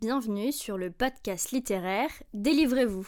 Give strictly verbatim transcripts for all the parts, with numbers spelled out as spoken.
Bienvenue sur le podcast littéraire Délivrez-vous.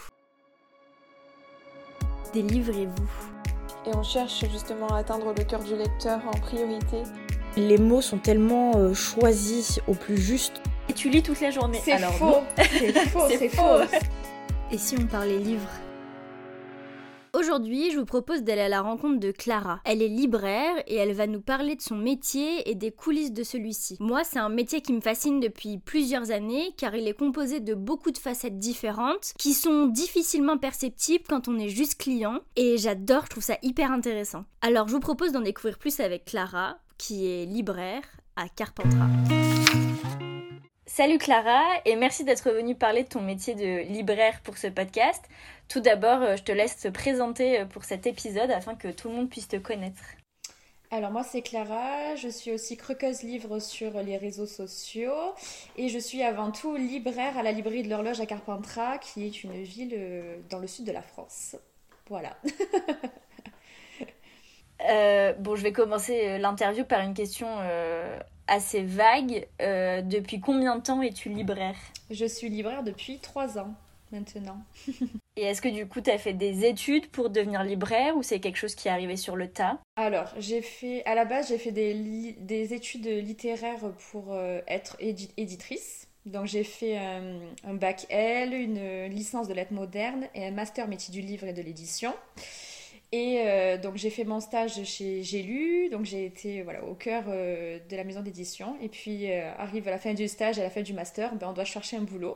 Délivrez-vous. Et on cherche justement à atteindre le cœur du lecteur en priorité. Les mots sont tellement euh, choisis au plus juste. Et tu lis toute la journée. C'est Alors, faux, non. c'est faux, c'est, c'est faux. faux. Et si on parlait livres ? Aujourd'hui, je vous propose d'aller à la rencontre de Clara. Elle est libraire et elle va nous parler de son métier et des coulisses de celui-ci. Moi, c'est un métier qui me fascine depuis plusieurs années car il est composé de beaucoup de facettes différentes qui sont difficilement perceptibles quand on est juste client et j'adore, je trouve ça hyper intéressant. Alors, je vous propose d'en découvrir plus avec Clara, qui est libraire à Carpentras. Salut Clara, et merci d'être venue parler de ton métier de libraire pour ce podcast. Tout d'abord, je te laisse te présenter pour cet épisode afin que tout le monde puisse te connaître. Alors moi c'est Clara, je suis aussi croqueuse livre sur les réseaux sociaux et je suis avant tout libraire à la librairie de l'Horloge à Carpentras qui est une ville dans le sud de la France. Voilà. euh, bon, je vais commencer l'interview par une question euh, assez vague. Euh, depuis combien de temps es-tu libraire ? Je suis libraire depuis trois ans maintenant. Et est-ce que du coup tu as fait des études pour devenir libraire ou c'est quelque chose qui est arrivé sur le tas ? Alors, j'ai fait, à la base, j'ai fait des, li- des études littéraires pour euh, être édi- éditrice. Donc, j'ai fait euh, un bac L, une licence de lettres modernes et un master métier du livre et de l'édition. Et euh, donc, j'ai fait mon stage chez J'ai lu. Donc, j'ai été voilà, au cœur euh, de la maison d'édition. Et puis, euh, arrive à la fin du stage et à la fin du master, ben, on doit chercher un boulot.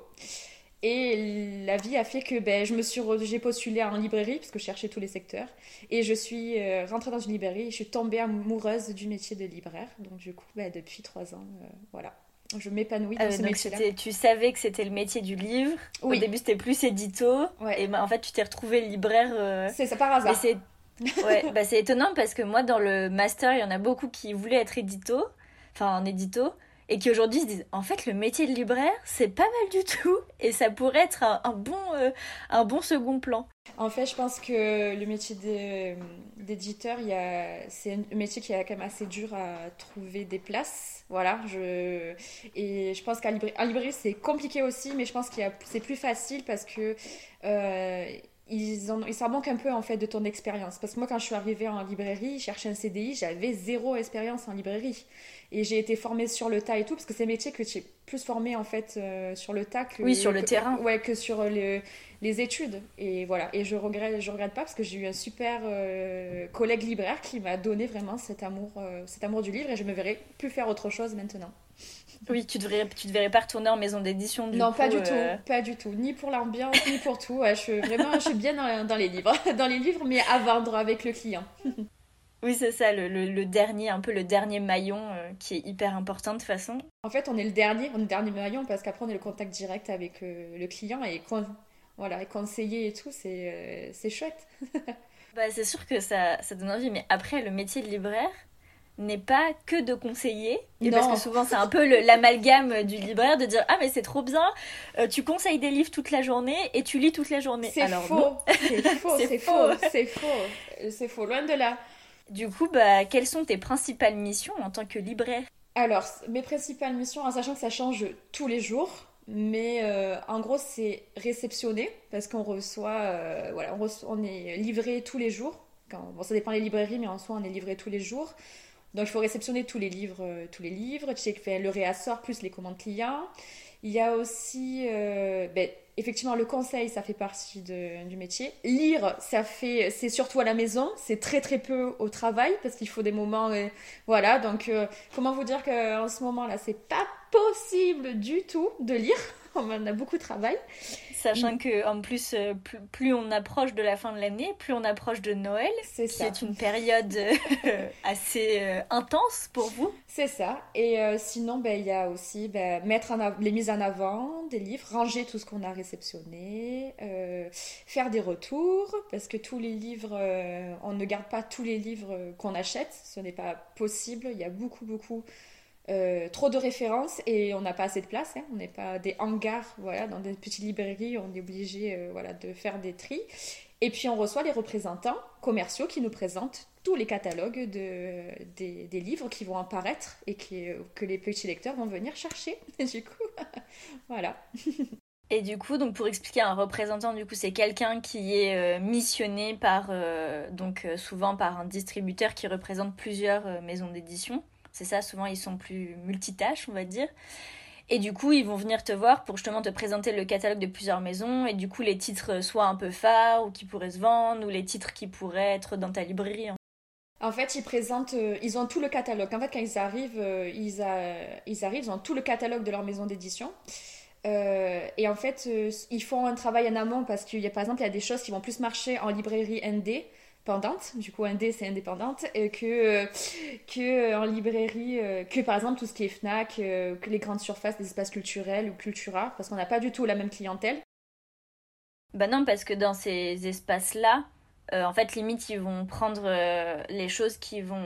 Et la vie a fait que ben, je me suis re... j'ai postulé en librairie parce que je cherchais tous les secteurs et je suis euh, rentrée dans une librairie et je suis tombée amoureuse du métier de libraire. Donc du coup, ben, depuis trois ans, euh, voilà, je m'épanouis dans euh, ce donc métier-là. c'était, tu savais que c'était le métier du livre. Oui. Au début, c'était plus édito. Ouais. Et ben, en fait, tu t'es retrouvée libraire. Euh... C'est ça par hasard. Et c'est... Ouais, bah, c'est étonnant parce que moi, dans le master, il y en a beaucoup qui voulaient être édito, enfin en édito. Et qui aujourd'hui se disent, en fait, le métier de libraire, c'est pas mal du tout. Et ça pourrait être un, un, bon, euh, un bon second plan. En fait, je pense que le métier de, d'éditeur, il y a, c'est un métier qui est quand même assez dur à trouver des places. Voilà, je, et je pense qu'en librairie, en librairie, c'est compliqué aussi, mais je pense que c'est plus facile parce que... Euh, Ils, en, ils s'en manquent un peu en fait de ton expérience. Parce que moi, quand je suis arrivée en librairie, je cherchais un C D I, j'avais zéro expérience en librairie. Et j'ai été formée sur le tas et tout, parce que c'est un métier que tu es plus formée en fait euh, sur le tas que, oui, sur le que, terrain. Ouais, que sur le, les études. Et voilà. Et je regrette, je regrette pas parce que j'ai eu un super euh, collègue libraire qui m'a donné vraiment cet amour, euh, cet amour du livre et je me verrai plus faire autre chose maintenant. Oui, tu devrais, tu devrais pas retourner en maison d'édition du non, coup. pas du euh... tout, pas du tout. Ni pour l'ambiance, ni pour tout. Ouais, je suis vraiment, je suis bien dans, dans les livres, dans les livres, mais à vendre avec le client. Oui, c'est ça, le, le, le dernier, un peu le dernier maillon euh, qui est hyper important de toute façon. En fait, on est le dernier, on est le dernier maillon parce qu'après on est le contact direct avec le, le client et con, voilà, et conseiller et tout, c'est, euh, c'est chouette. Bah, c'est sûr que ça, ça donne envie, mais après le métier de libraire n'est pas que de conseiller, et parce que souvent c'est un peu le, l'amalgame du libraire de dire ah mais c'est trop bien, euh, tu conseilles des livres toute la journée et tu lis toute la journée. C'est Alors, faux, non. c'est faux, c'est, c'est faux, faux, c'est faux, c'est faux, loin de là. Du coup, bah, quelles sont tes principales missions en tant que libraire ? Alors, mes principales missions, en sachant que ça change tous les jours, mais euh, en gros c'est réceptionner, parce qu'on reçoit, euh, voilà, on, reçoit, on est livré tous les jours. Quand, bon, ça dépend des librairies, mais en soi on est livré tous les jours. Donc il faut réceptionner tous les livres, euh, tous les livres, checker le réassort plus les commandes clients. Il y a aussi, euh, ben, effectivement, le conseil, ça fait partie de, du métier. Lire, ça fait, c'est surtout à la maison, c'est très très peu au travail parce qu'il faut des moments, euh, voilà. Donc euh, comment vous dire qu'en ce moment-là, c'est pas possible du tout de lire. On a beaucoup de travail. Sachant qu'en plus, euh, plus, plus on approche de la fin de l'année, plus on approche de Noël, c'est qui ça. est une période euh, assez euh, intense pour vous. C'est ça. Et euh, sinon, ben, il y a aussi ben, mettre en av- les mises en avant des livres, ranger tout ce qu'on a réceptionné, euh, faire des retours, parce que tous les livres, euh, on ne garde pas tous les livres qu'on achète, ce n'est pas possible. Il y a beaucoup, beaucoup euh, trop de références et on n'a pas assez de place. Hein. On n'est pas des hangars, voilà, dans des petites librairies, on est obligé euh, voilà, de faire des tris. Et puis on reçoit les représentants commerciaux qui nous présentent tous les catalogues de, des, des livres qui vont apparaître et qui, que les petits lecteurs vont venir chercher. Et du coup, voilà. Et du coup, donc pour expliquer, un représentant, du coup, c'est quelqu'un qui est euh, missionné par, euh, donc euh, souvent par un distributeur qui représente plusieurs euh, maisons d'édition. C'est ça, souvent ils sont plus multitâches, on va dire. Et du coup, ils vont venir te voir pour justement te présenter le catalogue de plusieurs maisons. Et du coup, les titres soit un peu phares ou qui pourraient se vendre, ou les titres qui pourraient être dans ta librairie. En fait, ils présentent, euh, ils ont tout le catalogue. En fait, quand ils arrivent, euh, ils, a, ils arrivent, ils ont tout le catalogue de leur maison d'édition. Euh, et en fait, euh, ils font un travail en amont parce qu'il y a, par exemple, il y a des choses qui vont plus marcher en librairie indépendante. Du coup, indé, c'est indépendante. Et que, euh, que en librairie, euh, que par exemple, tout ce qui est Fnac, euh, que les grandes surfaces, des espaces culturels ou Cultura, parce qu'on n'a pas du tout la même clientèle. Bah non, parce que dans ces espaces-là, euh, en fait, limite, ils vont prendre euh, les choses qui vont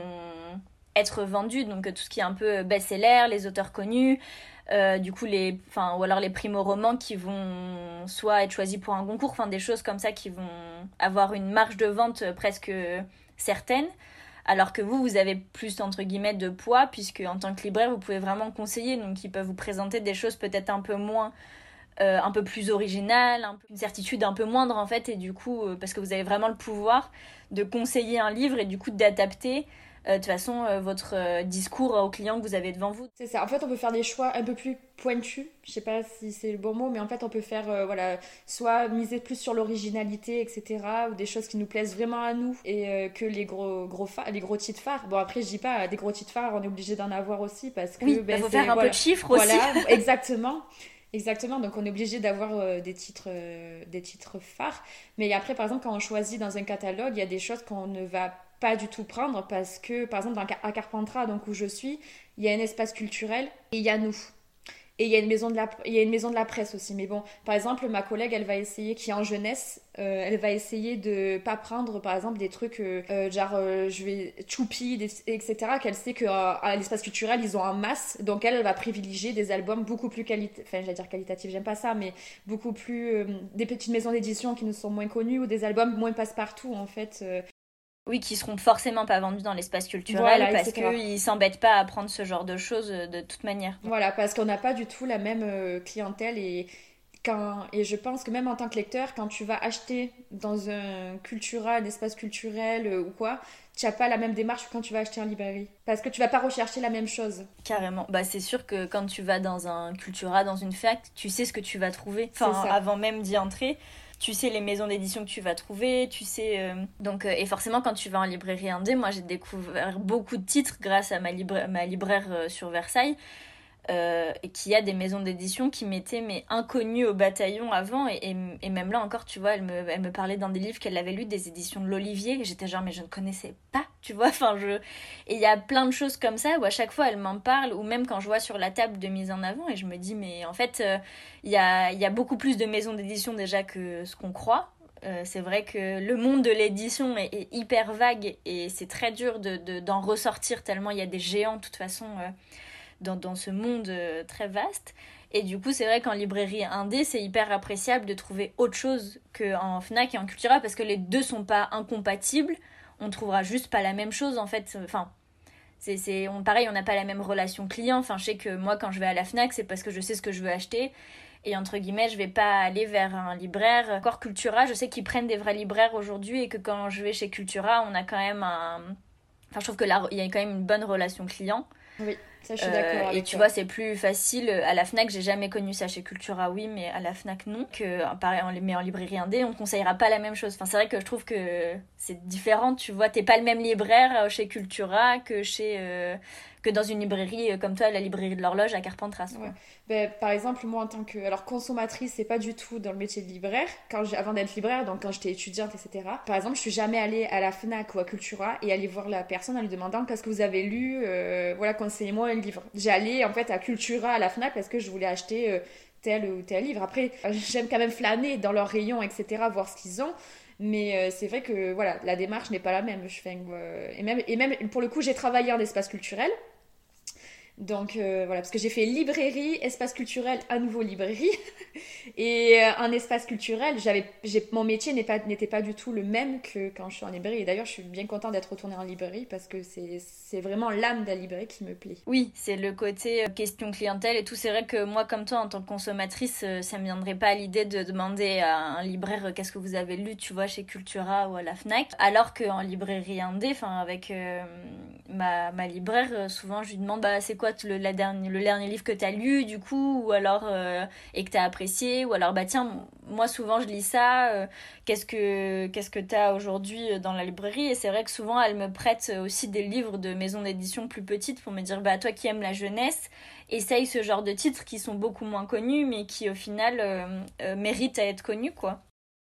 être vendues. Donc, tout ce qui est un peu best-seller, les auteurs connus. Euh, du coup, les, enfin, ou alors les primo-romans qui vont soit être choisis pour un concours, enfin des choses comme ça qui vont avoir une marge de vente presque certaine, alors que vous, vous avez plus entre guillemets de poids, puisque en tant que libraire, vous pouvez vraiment conseiller, donc ils peuvent vous présenter des choses peut-être un peu moins, euh, un peu plus originales, un peu, une certitude un peu moindre en fait, et du coup, euh, parce que vous avez vraiment le pouvoir de conseiller un livre et du coup d'adapter Euh, de toute façon, euh, votre euh, discours au client que vous avez devant vous. C'est ça. En fait, on peut faire des choix un peu plus pointus. Je sais pas si c'est le bon mot, mais en fait, on peut faire, euh, voilà, soit miser plus sur l'originalité, et cetera, ou des choses qui nous plaisent vraiment à nous, et euh, que les gros, gros, phares, les gros titres phares. Bon, après, je dis pas, des gros titres phares, on est obligé d'en avoir aussi, parce que... Oui, il ben, faut c'est, faire un voilà, peu de chiffres aussi. Voilà, exactement. Exactement, donc on est obligé d'avoir euh, des, titres, euh, des titres phares. Mais après, par exemple, quand on choisit dans un catalogue, il y a des choses qu'on ne va pas du tout prendre parce que, par exemple, dans, à Carpentras, donc où je suis, il y a un espace culturel et il y a nous. Et il y a une maison de la, il y a une maison de la presse aussi. Mais bon, par exemple, ma collègue, elle va essayer, qui est en jeunesse, euh, elle va essayer de pas prendre, par exemple, des trucs euh, euh, genre, euh, je vais choupi, et cetera. Qu'elle sait qu'à à l'espace culturel, ils ont en masse. Donc elle, elle va privilégier des albums beaucoup plus qualitatifs. Enfin, j'allais dire qualitatifs, j'aime pas ça, mais beaucoup plus. Euh, des petites maisons d'édition qui nous sont moins connues ou des albums moins passe-partout, en fait. Euh, Oui, qui seront forcément pas vendus dans l'espace culturel voilà, parce qu'ils s'embêtent pas à prendre ce genre de choses de toute manière. Voilà, parce qu'on n'a pas du tout la même euh, clientèle et, quand, et je pense que même en tant que lecteur, quand tu vas acheter dans un Cultura, un espace culturel euh, ou quoi, tu n'as pas la même démarche que quand tu vas acheter en librairie. Parce que tu vas pas rechercher la même chose. Carrément. Bah, c'est sûr que quand tu vas dans un Cultura, dans une fac, tu sais ce que tu vas trouver. Enfin, avant même d'y entrer. Tu sais les maisons d'édition que tu vas trouver, tu sais... Euh... Donc, euh, et forcément, quand tu vas en librairie indé, moi, j'ai découvert beaucoup de titres grâce à ma, libra- ma libraire euh, sur Versailles, euh, et qui a des maisons d'édition qui m'étaient mais, inconnues au bataillon avant. Et, et, et même là encore, tu vois, elle me, elle me parlait d'un des livres qu'elle avait lu, des éditions de l'Olivier. Et j'étais genre, mais je ne connaissais pas, tu vois. Enfin, je... Et il y a plein de choses comme ça où à chaque fois, elle m'en parle, ou même quand je vois sur la table de mise en avant, et je me dis, mais en fait... Euh, Il y a, il y a beaucoup plus de maisons d'édition déjà que ce qu'on croit. Euh, c'est vrai que le monde de l'édition est, est hyper vague et c'est très dur de, de, d'en ressortir tellement il y a des géants de toute façon euh, dans, dans ce monde euh, très vaste. Et du coup, c'est vrai qu'en librairie indé, c'est hyper appréciable de trouver autre chose qu'en Fnac et en Cultura parce que les deux sont pas incompatibles. On trouvera juste pas la même chose en fait. Enfin, c'est, c'est, on, pareil, on n'a pas la même relation client. Enfin, je sais que moi, quand je vais à la Fnac, c'est parce que je sais ce que je veux acheter. Et entre guillemets, je vais pas aller vers un libraire. Encore Cultura, je sais qu'ils prennent des vrais libraires aujourd'hui et que quand je vais chez Cultura, on a quand même un... Enfin, je trouve que là, il y a quand même une bonne relation client. Oui, ça, je suis d'accord euh, avec Et tu toi. vois, c'est plus facile. À la Fnac, j'ai jamais connu ça. Chez Cultura, oui, mais à la Fnac, non. Que, pareil, mais en librairie indé, on ne conseillera pas la même chose. Enfin, c'est vrai que je trouve que c'est différent. Tu vois, t'es pas le même libraire chez Cultura que chez... Euh... que dans une librairie comme toi, la librairie de l'horloge à Carpentras. Ouais. Ben, par exemple, moi en tant que alors consommatrice, c'est pas du tout dans le métier de libraire. Quand j'ai, avant d'être libraire, donc quand j'étais étudiante, et cetera. Par exemple, je suis jamais allée à la Fnac ou à Cultura et aller voir la personne en lui demandant qu'est-ce que vous avez lu, euh, voilà, conseillez-moi un livre. J'ai allé en fait à Cultura, à la Fnac parce que je voulais acheter euh, tel ou tel livre. Après, euh, j'aime quand même flâner dans leurs rayons, et cetera, voir ce qu'ils ont. Mais euh, c'est vrai que voilà, la démarche n'est pas la même. Je fais, euh, et, même, et même pour le coup, j'ai travaillé en espace culturel. Donc euh, voilà, parce que j'ai fait librairie, espace culturel, à nouveau librairie. Et euh, en espace culturel, j'avais, j'ai, mon métier n'est pas, n'était pas du tout le même que quand je suis en librairie. Et d'ailleurs, je suis bien contente d'être retournée en librairie parce que c'est, c'est vraiment l'âme de la librairie qui me plaît. Oui, c'est le côté euh, question clientèle et tout. C'est vrai que moi, comme toi, en tant que consommatrice, euh, ça me viendrait pas à l'idée de demander à un libraire euh, qu'est-ce que vous avez lu, tu vois, chez Cultura ou à la Fnac. Alors qu'en librairie indé, enfin avec euh, ma, ma libraire, euh, souvent je lui demande bah, c'est quoi le, la dernier, le dernier livre que t'as lu du coup, ou alors euh, et que t'as apprécié, ou alors bah tiens, moi souvent je lis ça, euh, qu'est-ce que qu'est-ce que t'as aujourd'hui dans la librairie. Et c'est vrai que souvent elle me prête aussi des livres de maisons d'édition plus petites pour me dire bah toi qui aimes la jeunesse, essaye ce genre de titres qui sont beaucoup moins connus mais qui au final euh, euh, méritent à être connus quoi.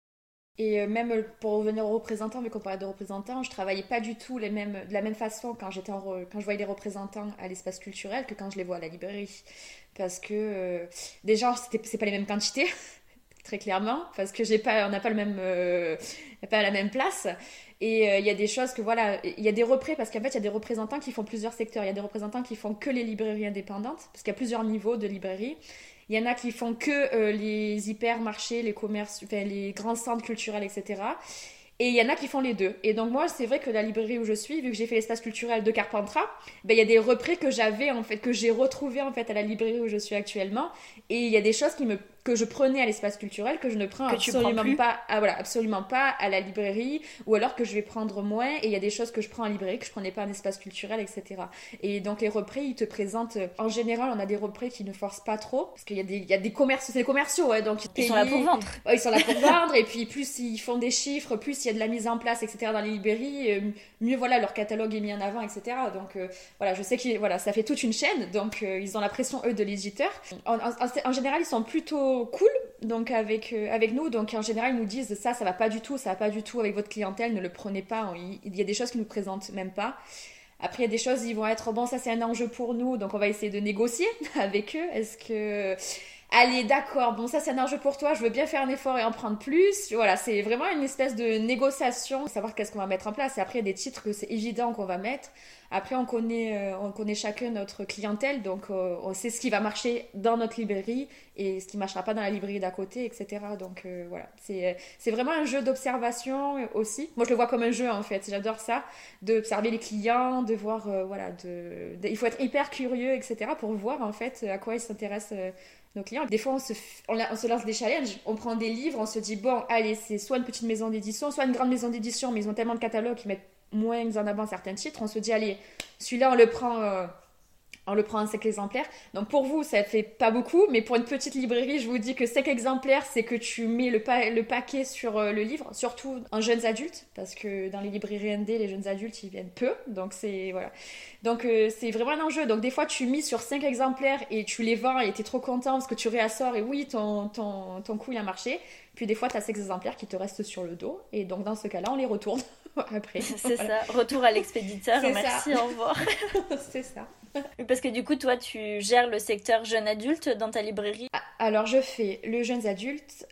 Et même pour revenir aux représentants, vu qu'on parlait de représentants, je travaillais pas du tout les mêmes, de la même façon quand, j'étais en, quand je voyais les représentants à l'espace culturel que quand je les vois à la librairie. Parce que euh, déjà, c'était, c'est pas les mêmes quantités, très clairement, parce que j'ai pas, on n'a pas, le même, euh, pas la même place. Et il euh, y a des choses que voilà, il y a des représ, parce qu'en fait, il y a des représentants qui font plusieurs secteurs. Il y a des représentants qui font que les librairies indépendantes, parce qu'il y a plusieurs niveaux de librairies. Il y en a qui font que euh, les hypermarchés, les commerces, enfin, les grands centres culturels, et cetera. Et il y en a qui font les deux. Et donc moi, c'est vrai que la librairie où je suis, vu que j'ai fait l'espace culturel de Carpentras, ben, il y a des représ que j'avais, en fait, que j'ai retrouvés en fait, à la librairie où je suis actuellement. Et il y a des choses qui me, que je prenais à l'espace culturel que je ne prends que absolument prends pas, ah, voilà, absolument pas à la librairie, ou alors que je vais prendre moins. Et il y a des choses que je prends en librairie que je prenais pas en espace culturel, et cetera. Et donc les représ, ils te présentent, en général, on a des représ qui ne forcent pas trop, parce qu'il y a des, il y a des commerces, c'est des commerciaux, ouais, donc ils sont là pour vendre. Ouais, ils sont là pour vendre, et puis plus ils font des chiffres, plus il y a de la mise en place, et cetera dans les librairies, euh, mieux voilà, leur catalogue est mis en avant, et cetera. Donc euh, voilà, je sais que voilà, ça fait toute une chaîne, donc euh, ils ont la pression, eux, de l'éditeur. En, en, en général, ils sont plutôt cool, donc avec, euh, avec nous, donc en général, ils nous disent ça, ça va pas du tout, ça va pas du tout avec votre clientèle, ne le prenez pas, il, il y a des choses qu'ils nous présentent même pas. Après, il y a des choses, ils vont être, bon, ça c'est un enjeu pour nous, donc on va essayer de négocier avec eux. Est-ce que... Allez, d'accord, bon, ça c'est un enjeu pour toi, je veux bien faire un effort et en prendre plus. Voilà, c'est vraiment une espèce de négociation, savoir qu'est-ce qu'on va mettre en place. Et après, il y a des titres que c'est évident qu'on va mettre. Après, on connaît, euh, on connaît chacun notre clientèle, donc euh, on sait ce qui va marcher dans notre librairie et ce qui ne marchera pas dans la librairie d'à côté, et cetera. Donc euh, voilà, c'est, c'est vraiment un jeu d'observation aussi. Moi, je le vois comme un jeu en fait, j'adore ça, d'observer les clients, de voir, euh, voilà, de, de, il faut être hyper curieux, et cetera pour voir en fait à quoi ils s'intéressent euh, nos clients. Des fois, on se, on, on se lance des challenges, on prend des livres, on se dit, bon, allez, c'est soit une petite maison d'édition, soit une grande maison d'édition, mais ils ont tellement de catalogues qu'ils mettent moins en avant certains titres. On se dit, allez, celui-là, on le prend... Euh, on le prend en cinq exemplaires. Donc pour vous, ça fait pas beaucoup, mais pour une petite librairie, je vous dis que cinq exemplaires, c'est que tu mets le, pa- le paquet sur euh, le livre, surtout en jeunes adultes, parce que dans les librairies N D, les jeunes adultes, ils viennent peu. Donc c'est voilà. Donc euh, c'est vraiment un enjeu. Donc des fois, tu mises sur cinq exemplaires et tu les vends et t'es trop content parce que tu réassors et oui, ton, ton, ton coup, il a marché. Puis des fois, tu as cinq exemplaires qui te restent sur le dos. Et donc dans ce cas-là, on les retourne après. C'est voilà. ça, retour à l'expéditeur. C'est Merci, ça. au revoir. C'est ça. Parce que du coup, toi, tu gères le secteur jeune adulte dans ta librairie. Alors, je fais le jeunes adultes,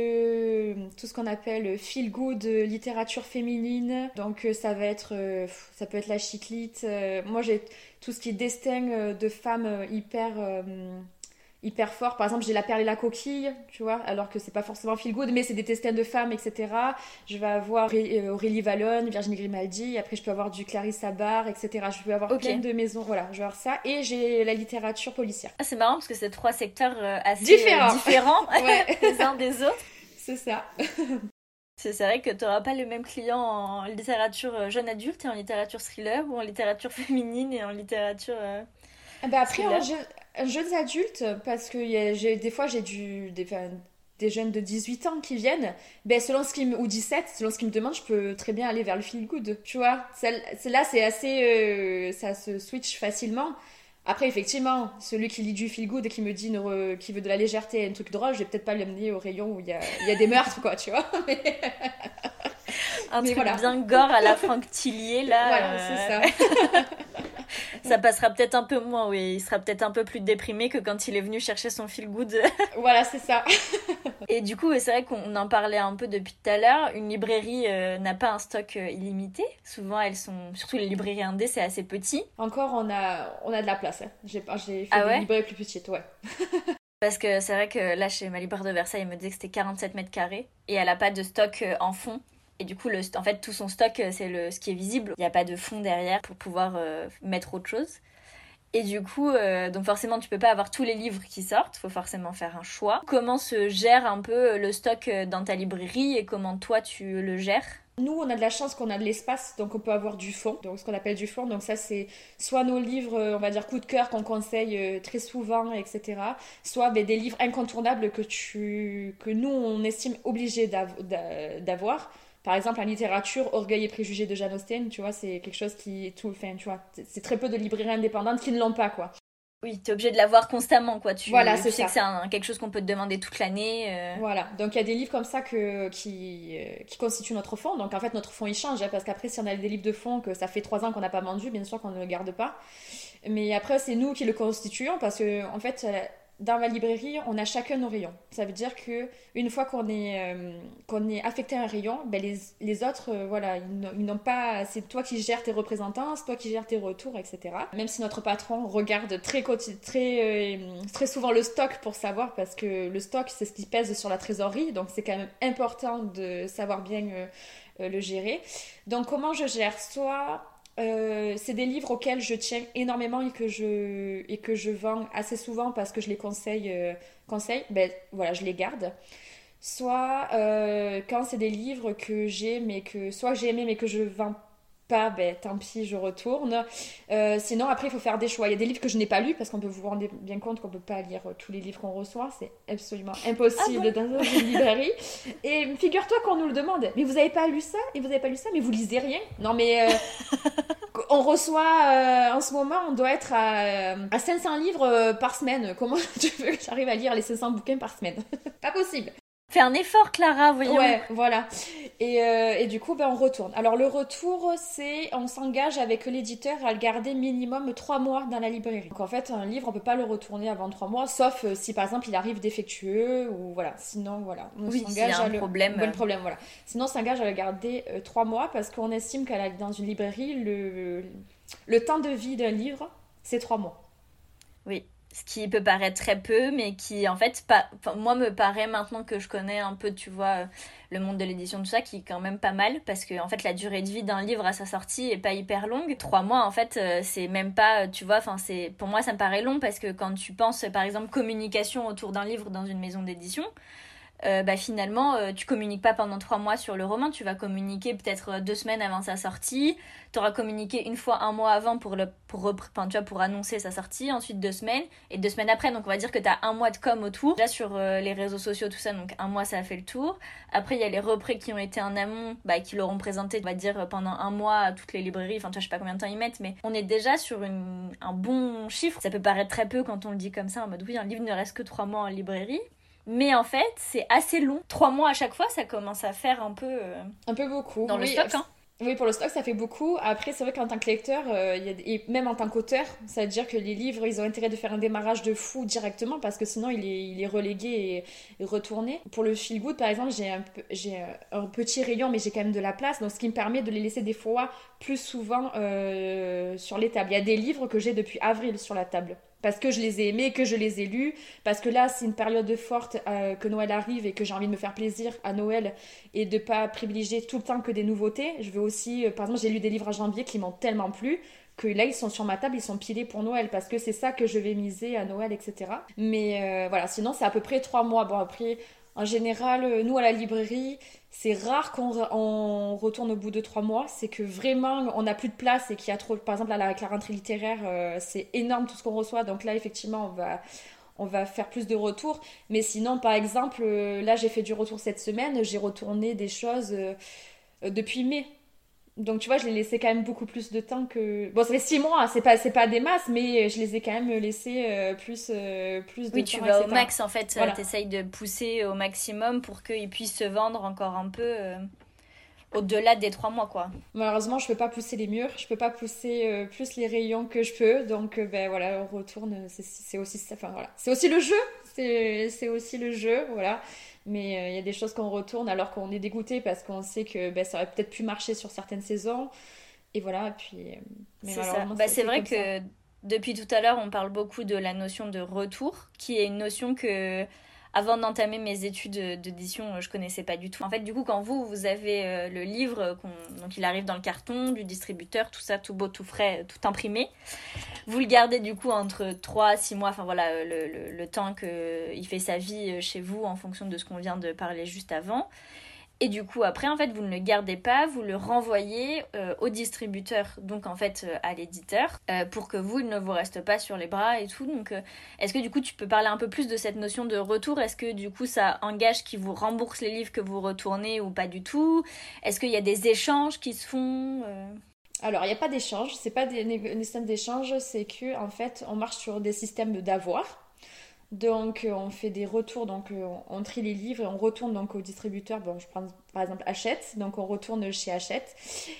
le... tout ce qu'on appelle feel good littérature féminine. Donc, ça va être, ça peut être la chiclite. Moi, j'ai tout ce qui est destin de femmes hyper... hyper fort. Par exemple, j'ai La Perle et la Coquille, tu vois, alors que c'est pas forcément feel good, mais c'est des destins de femmes, et cetera. Je vais avoir Aurélie Vallone, Virginie Grimaldi, après je peux avoir du Clarisse Sabar, et cetera. Je peux avoir okay. plein de maisons, voilà, je vais avoir ça. Et j'ai la littérature policière. Ah, c'est marrant parce que c'est trois secteurs assez différents, euh, différents ouais. les uns des autres. C'est ça. C'est vrai que tu n'auras pas le même client en littérature jeune adulte et en littérature thriller, ou en littérature féminine et en littérature... Euh... Bah après, en je... jeunes adultes, parce que y a, j'ai, des fois j'ai du, des, enfin, des jeunes de dix-huit ans qui viennent, ben, selon ce qu'ils me, ou dix-sept, selon ce qu'ils me demandent, je peux très bien aller vers le feel good, tu vois. Là, c'est assez, euh, ça se switch facilement. Après, effectivement, celui qui lit du feel good et qui me dit ne, qui veut de la légèreté et un truc drôle, je vais peut-être pas l'amener au rayon où il y a, y a des meurtres, quoi, tu vois. Mais... Un Mais truc voilà. bien gore à la Franck Tillier, là. Voilà, euh... c'est ça. Ça passera peut-être un peu moins, oui. Il sera peut-être un peu plus déprimé que quand il est venu chercher son feel good. Voilà, c'est ça. Et du coup, c'est vrai qu'on en parlait un peu depuis tout à l'heure. Une librairie euh, n'a pas un stock euh, illimité. Souvent, elles sont, surtout les librairies indé, c'est assez petit. Encore, on a, on a de la place. Hein. J'ai, j'ai fait ah des ouais librairies plus petites, ouais. Parce que c'est vrai que là, chez ma libraire de Versailles, elle me disait que c'était quarante-sept mètres carrés. Et elle n'a pas de stock euh, en fond. Et du coup, le, en fait, tout son stock, c'est le, ce qui est visible. Il n'y a pas de fond derrière pour pouvoir euh, mettre autre chose. Et du coup, euh, donc forcément, tu peux pas avoir tous les livres qui sortent. Il faut forcément faire un choix. Comment se gère un peu le stock dans ta librairie et comment toi, tu le gères ? Nous, on a de la chance qu'on a de l'espace, donc on peut avoir du fond, donc ce qu'on appelle du fond. Donc ça, c'est soit nos livres, on va dire coup de cœur qu'on conseille très souvent, et cetera. Soit ben, des livres incontournables que, tu... que nous, on estime obligés d'av- d'avoir. Par exemple, en littérature, Orgueil et préjugés de Jane Austen, tu vois, c'est quelque chose qui est tout... Enfin, tu vois, c'est très peu de librairies indépendantes qui ne l'ont pas, quoi. Oui, t'es obligé de l'avoir constamment, quoi. Tu, voilà, tu c'est sais ça. que c'est un, quelque chose qu'on peut te demander toute l'année. Euh... Voilà, donc il y a des livres comme ça que, qui, euh, qui constituent notre fonds. Donc en fait, notre fonds, il change, hein, parce qu'après, si on a des livres de fonds que ça fait trois ans qu'on n'a pas vendu, bien sûr qu'on ne le garde pas. Mais après, c'est nous qui le constituons, parce que en fait, dans ma librairie, on a chacun nos rayons. Ça veut dire qu'une fois qu'on est, euh, qu'on est affecté à un rayon, ben les, les autres, euh, voilà, ils n'ont pas... C'est toi qui gères tes représentants, c'est toi qui gères tes retours, et cetera. Même si notre patron regarde très, très, euh, très souvent le stock pour savoir, parce que le stock, c'est ce qui pèse sur la trésorerie, donc c'est quand même important de savoir bien euh, euh, le gérer. Donc comment je gère ? Soit... Euh, c'est des livres auxquels je tiens énormément et que je, et que je vends assez souvent parce que je les conseille, euh, conseille ben voilà, je les garde. Soit euh, quand c'est des livres que j'ai, mais que soit j'ai aimé mais que je vends pas, ben tant pis, je retourne. Euh, sinon, après, il faut faire des choix. Il y a des livres que je n'ai pas lus parce qu'on peut vous rendre bien compte qu'on peut pas lire tous les livres qu'on reçoit. C'est absolument impossible ah bon dans une librairie. Et figure-toi qu'on nous le demande. Mais vous avez pas lu ça ? Et vous avez pas lu ça ? Mais vous lisez rien ? Non, mais euh, on reçoit euh, en ce moment, on doit être à, à cinq cents livres euh, par semaine. Comment tu veux que j'arrive à lire les cinq cents bouquins par semaine ? Pas possible. Fais un effort, Clara, voyons. Ouais, voilà. Et, euh, et du coup, ben, on retourne. Alors, le retour, c'est... On s'engage avec l'éditeur à le garder minimum trois mois dans la librairie. Donc, en fait, un livre, on peut pas le retourner avant trois mois, sauf euh, si, par exemple, il arrive défectueux ou voilà. Sinon, voilà. On oui, s'engage s'il y a un à le... problème. Bon, le problème, voilà. Sinon, on s'engage à le garder euh, trois mois parce qu'on estime qu'à la... dans une librairie, le... le temps de vie d'un livre, c'est trois mois. Oui. Ce qui peut paraître très peu, mais qui en fait, pas, enfin, moi me paraît maintenant que je connais un peu, tu vois, le monde de l'édition, tout ça, qui est quand même pas mal, parce que en fait la durée de vie d'un livre à sa sortie est pas hyper longue. Trois mois en fait, c'est même pas, tu vois, enfin c'est, pour moi ça me paraît long, parce que quand tu penses par exemple communication autour d'un livre dans une maison d'édition, Euh, bah finalement euh, tu communiques pas pendant trois mois sur le roman, tu vas communiquer peut-être deux semaines avant sa sortie, tu auras communiqué une fois un mois avant pour, le, pour, enfin, tu vois, pour annoncer sa sortie, ensuite deux semaines et deux semaines après, donc on va dire que tu as un mois de com autour, déjà sur euh, les réseaux sociaux tout ça, donc un mois ça a fait le tour. Après il y a les représ qui ont été en amont, bah, qui l'auront présenté on va dire pendant un mois à toutes les librairies, enfin tu vois, je sais pas combien de temps ils mettent, mais on est déjà sur une, un bon chiffre. Ça peut paraître très peu quand on le dit comme ça en mode oui un livre ne reste que trois mois en librairie. Mais en fait, c'est assez long. Trois mois à chaque fois, ça commence à faire un peu... Euh, un peu beaucoup. Dans oui, le stock, hein. Oui, pour le stock, ça fait beaucoup. Après, c'est vrai qu'en tant que lecteur, euh, y a, et même en tant qu'auteur, ça veut dire que les livres, ils ont intérêt de faire un démarrage de fou directement parce que sinon, il est, il est relégué et, et retourné. Pour le feel good, par exemple, j'ai, un, j'ai un petit rayon, mais j'ai quand même de la place. Donc, ce qui me permet de les laisser des fois plus souvent euh, sur les tables. Il y a des livres que j'ai depuis avril sur la table. Parce que je les ai aimés, que je les ai lus, parce que là, c'est une période forte, euh, que Noël arrive et que j'ai envie de me faire plaisir à Noël et de pas privilégier tout le temps que des nouveautés. Je veux aussi, euh, par exemple, j'ai lu des livres en janvier qui m'ont tellement plu que là, ils sont sur ma table, ils sont pilés pour Noël parce que c'est ça que je vais miser à Noël, et cetera. Mais euh, voilà, sinon, c'est à peu près trois mois. Bon, après, en général, nous, à la librairie, c'est rare qu'on re- on retourne au bout de trois mois. C'est que vraiment, on n'a plus de place et qu'il y a trop... Par exemple, là, avec la rentrée littéraire, euh, c'est énorme tout ce qu'on reçoit. Donc là, effectivement, on va, on va faire plus de retours. Mais sinon, par exemple, euh, là, j'ai fait du retour cette semaine. J'ai retourné des choses euh, euh, depuis mai. Donc, tu vois, je l'ai laissé quand même beaucoup plus de temps que... Bon, ça fait six mois, c'est pas, c'est pas des masses, mais je les ai quand même laissés euh, plus, euh, plus de oui, temps. Oui, tu vas et cetera. au max, en fait. Voilà. T'essayes de pousser au maximum pour qu'ils puissent se vendre encore un peu euh, au-delà des trois mois, quoi. Malheureusement, je peux pas pousser les murs, je peux pas pousser euh, plus les rayons que je peux. Donc, euh, ben voilà, on retourne, c'est, c'est aussi ça. Enfin, voilà. C'est aussi le jeu. c'est, c'est aussi le jeu, voilà. Mais il euh, y a des choses qu'on retourne alors qu'on est dégoûté parce qu'on sait que ben, ça aurait peut-être pu marcher sur certaines saisons. Et voilà, puis... euh, Mais C'est ça. malheureusement, Bah, c'est, c'est c'est vrai comme ça. que depuis tout à l'heure, on parle beaucoup de la notion de retour, qui est une notion que, avant d'entamer mes études d'édition, je connaissais pas du tout. En fait, du coup, quand vous, vous avez euh, le livre, qu'on- donc il arrive dans le carton du distributeur, tout ça, tout beau, tout frais, tout imprimé, vous le gardez du coup entre trois à six mois, enfin voilà, euh, le, le, le temps qu'il fait sa vie euh, chez vous en fonction de ce qu'on vient de parler juste avant. Et du coup, après, en fait, vous ne le gardez pas, vous le renvoyez euh, au distributeur, donc en fait euh, à l'éditeur, euh, pour que vous, il ne vous reste pas sur les bras et tout. Donc, euh, est-ce que du coup, tu peux parler un peu plus de cette notion de retour? Est-ce que du coup, ça engage qu'ils vous remboursent les livres que vous retournez ou pas du tout? Est-ce qu'il y a des échanges qui se font euh Alors, il n'y a pas d'échange, c'est pas des, né- des systèmes d'échange, c'est que en fait, on marche sur des systèmes d'avoir. Donc, euh, on fait des retours, donc euh, on trie les livres et on retourne donc au distributeur. Bon, je prends par exemple Hachette, donc on retourne chez Hachette.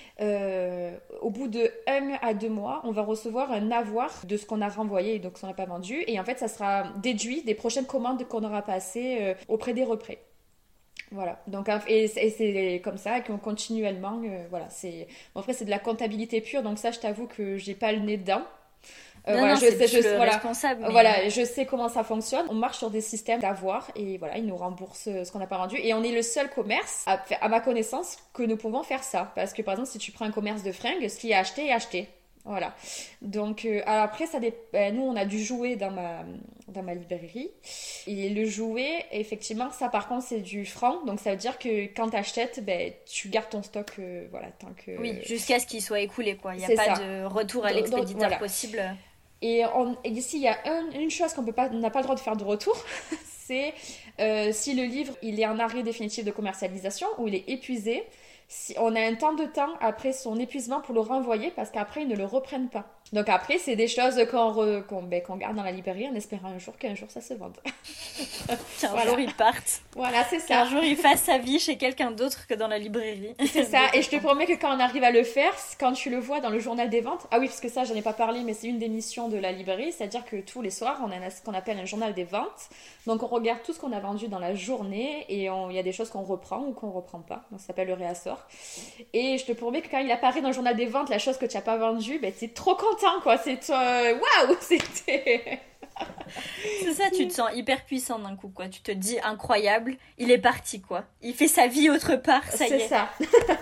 Euh, au bout de un à deux mois, on va recevoir un avoir de ce qu'on a renvoyé et donc ce qu'on n'a pas vendu. Et en fait, ça sera déduit des prochaines commandes qu'on aura passées euh, auprès des représ. Voilà, donc et c'est et c'est comme ça qu'on continuellement, euh, voilà, c'est bon, après c'est de la comptabilité pure, donc ça je t'avoue que j'ai pas le nez dedans. Euh, Non, voilà, non, je c'est sais, plus je, le voilà, responsable, mais... voilà, je sais comment ça fonctionne. On marche sur des systèmes d'avoir et voilà, ils nous remboursent euh, ce qu'on n'a pas vendu. Et on est le seul commerce, à, à ma connaissance, que nous pouvons faire ça. Parce que par exemple, si tu prends un commerce de fringues, ce qui est acheté est acheté. Voilà. Donc euh, alors après, ça dé... ben, nous, on a du jouet dans ma, dans ma librairie. Et le jouet, effectivement, ça par contre, c'est du franc. Donc ça veut dire que quand tu achètes, ben, tu gardes ton stock, euh, voilà, tant que... Oui, jusqu'à ce qu'il soit écoulé, quoi. Il n'y a C'est pas ça. de retour à Donc, donc, l'expéditeur voilà. possible. Et, on, et ici, il y a un- une chose qu'on peut pas, on n'a pas le droit de faire de retour, c'est euh, si le livre il est en arrêt définitif de commercialisation ou il est épuisé, si on a un temps de temps après son épuisement pour le renvoyer parce qu'après ils ne le reprennent pas. Donc après, c'est des choses qu'on, re- qu'on, ben, qu'on garde dans la librairie en espérant un jour qu'un jour ça se vende. Qu'un Voilà. jour il parte. Voilà, c'est Qu'un ça. jour il fasse sa vie chez quelqu'un d'autre que dans la librairie. C'est ça, et je te promets que quand on arrive à le faire, quand tu le vois dans le journal des ventes, ah oui, parce que ça, j'en ai pas parlé, mais c'est une des missions de la librairie, c'est-à-dire que tous les soirs, on a ce qu'on appelle un journal des ventes. Donc, on regarde tout ce qu'on a vendu dans la journée, et on- il y a des choses qu'on reprend ou qu'on reprend pas. Donc, ça s'appelle le réassort. Et je te promets que quand il apparaît dans le journal des ventes, la chose que tu n'as pas vendue, ben, t'es trop content, quoi. C'est toi, waouh, c'était... C'est ça, tu te sens hyper puissant d'un coup, quoi. Tu te dis incroyable, il est parti, quoi. Il fait sa vie autre part, ça y C'est est. ça.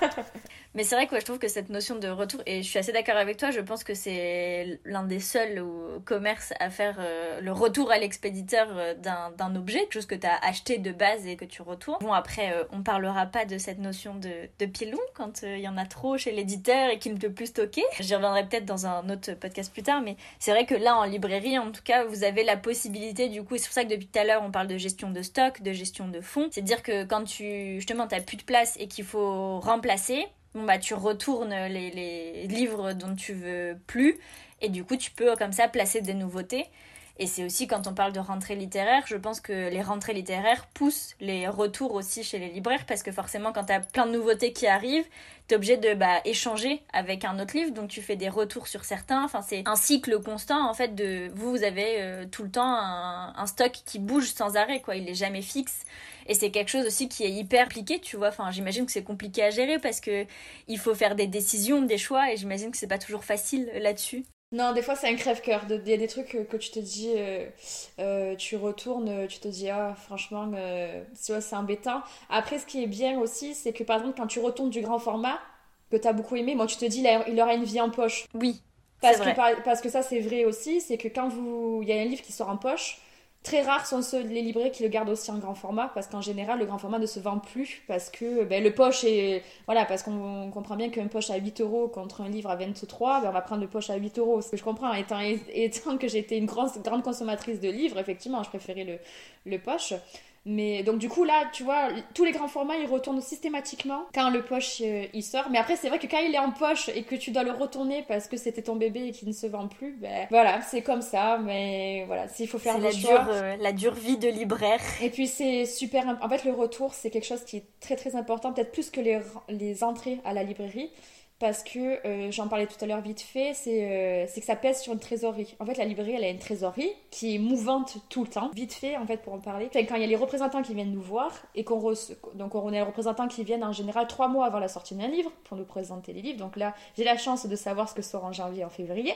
Mais c'est vrai que ouais, je trouve que cette notion de retour, et je suis assez d'accord avec toi, je pense que c'est l'un des seuls au commerce à faire euh, le retour à l'expéditeur euh, d'un, d'un objet, quelque chose que tu as acheté de base et que tu retournes. Bon, après, euh, on parlera pas de cette notion de, de pilon quand il euh, y en a trop chez l'éditeur et qu'il ne peut plus stocker. J'y reviendrai peut-être dans un autre podcast plus tard, mais c'est vrai que là, en librairie, en tout cas, vous avez la possibilité, du coup, et c'est pour ça que depuis tout à l'heure, on parle de gestion de stock, de gestion de fonds. C'est-à-dire que quand tu, justement, t'as plus de place et qu'il faut remplacer, bon bah tu retournes les, les livres dont tu veux plus et du coup tu peux comme ça placer des nouveautés. Et c'est aussi quand on parle de rentrée littéraire, je pense que les rentrées littéraires poussent les retours aussi chez les libraires parce que forcément quand t'as plein de nouveautés qui arrivent, t'es obligé de bah, échanger avec un autre livre, donc tu fais des retours sur certains. Enfin c'est un cycle constant en fait de vous vous avez euh, tout le temps un, un stock qui bouge sans arrêt quoi, il est jamais fixe. Et c'est quelque chose aussi qui est hyper compliqué, tu vois. Enfin, j'imagine que c'est compliqué à gérer parce que il faut faire des décisions, des choix, et j'imagine que c'est pas toujours facile là-dessus. Non, des fois c'est un crève-cœur. De- Il y a des trucs que, que tu te dis, euh, euh, tu retournes, tu te dis, ah, franchement, euh, c'est ouais, c'est embêtant. Après, ce qui est bien aussi, c'est que par exemple, quand tu retournes du grand format, que t'as beaucoup aimé, moi, tu te dis, il, a- il aura une vie en poche. Oui, Parce c'est que, vrai. par- parce que ça, c'est vrai aussi, c'est que quand vous, il y a un livre qui sort en poche, très rares sont ceux, les libraires qui le gardent aussi en grand format, parce qu'en général, le grand format ne se vend plus, parce que ben, le poche est... Voilà, parce qu'on comprend bien qu'un poche à huit euros contre un livre à vingt-trois, ben, on va prendre le poche à huit euros. Ce que je comprends, étant, étant que j'étais une grande, grande consommatrice de livres, effectivement, je préférais le, le poche. Mais donc du coup là, tu vois, tous les grands formats, ils retournent systématiquement quand le poche euh, il sort. Mais après, c'est vrai que quand il est en poche et que tu dois le retourner parce que c'était ton bébé et qu'il ne se vend plus, ben voilà, c'est comme ça. Mais voilà, s'il faut faire C'est des la choix. dure, euh, la dure vie de libraire. Et puis c'est super... imp- En fait, le retour, c'est quelque chose qui est très très important, peut-être plus que les, les entrées à la librairie. parce que, euh, j'en parlais tout à l'heure vite fait, c'est, euh, c'est que ça pèse sur une trésorerie. En fait, la librairie, elle a une trésorerie qui est mouvante tout le temps. Vite fait, en fait, pour en parler. Enfin, quand il y a les représentants qui viennent nous voir, et qu'on reçoit, donc on a les représentants qui viennent en général trois mois avant la sortie d'un livre pour nous présenter les livres. Donc là, j'ai la chance de savoir ce que sort en janvier et en février.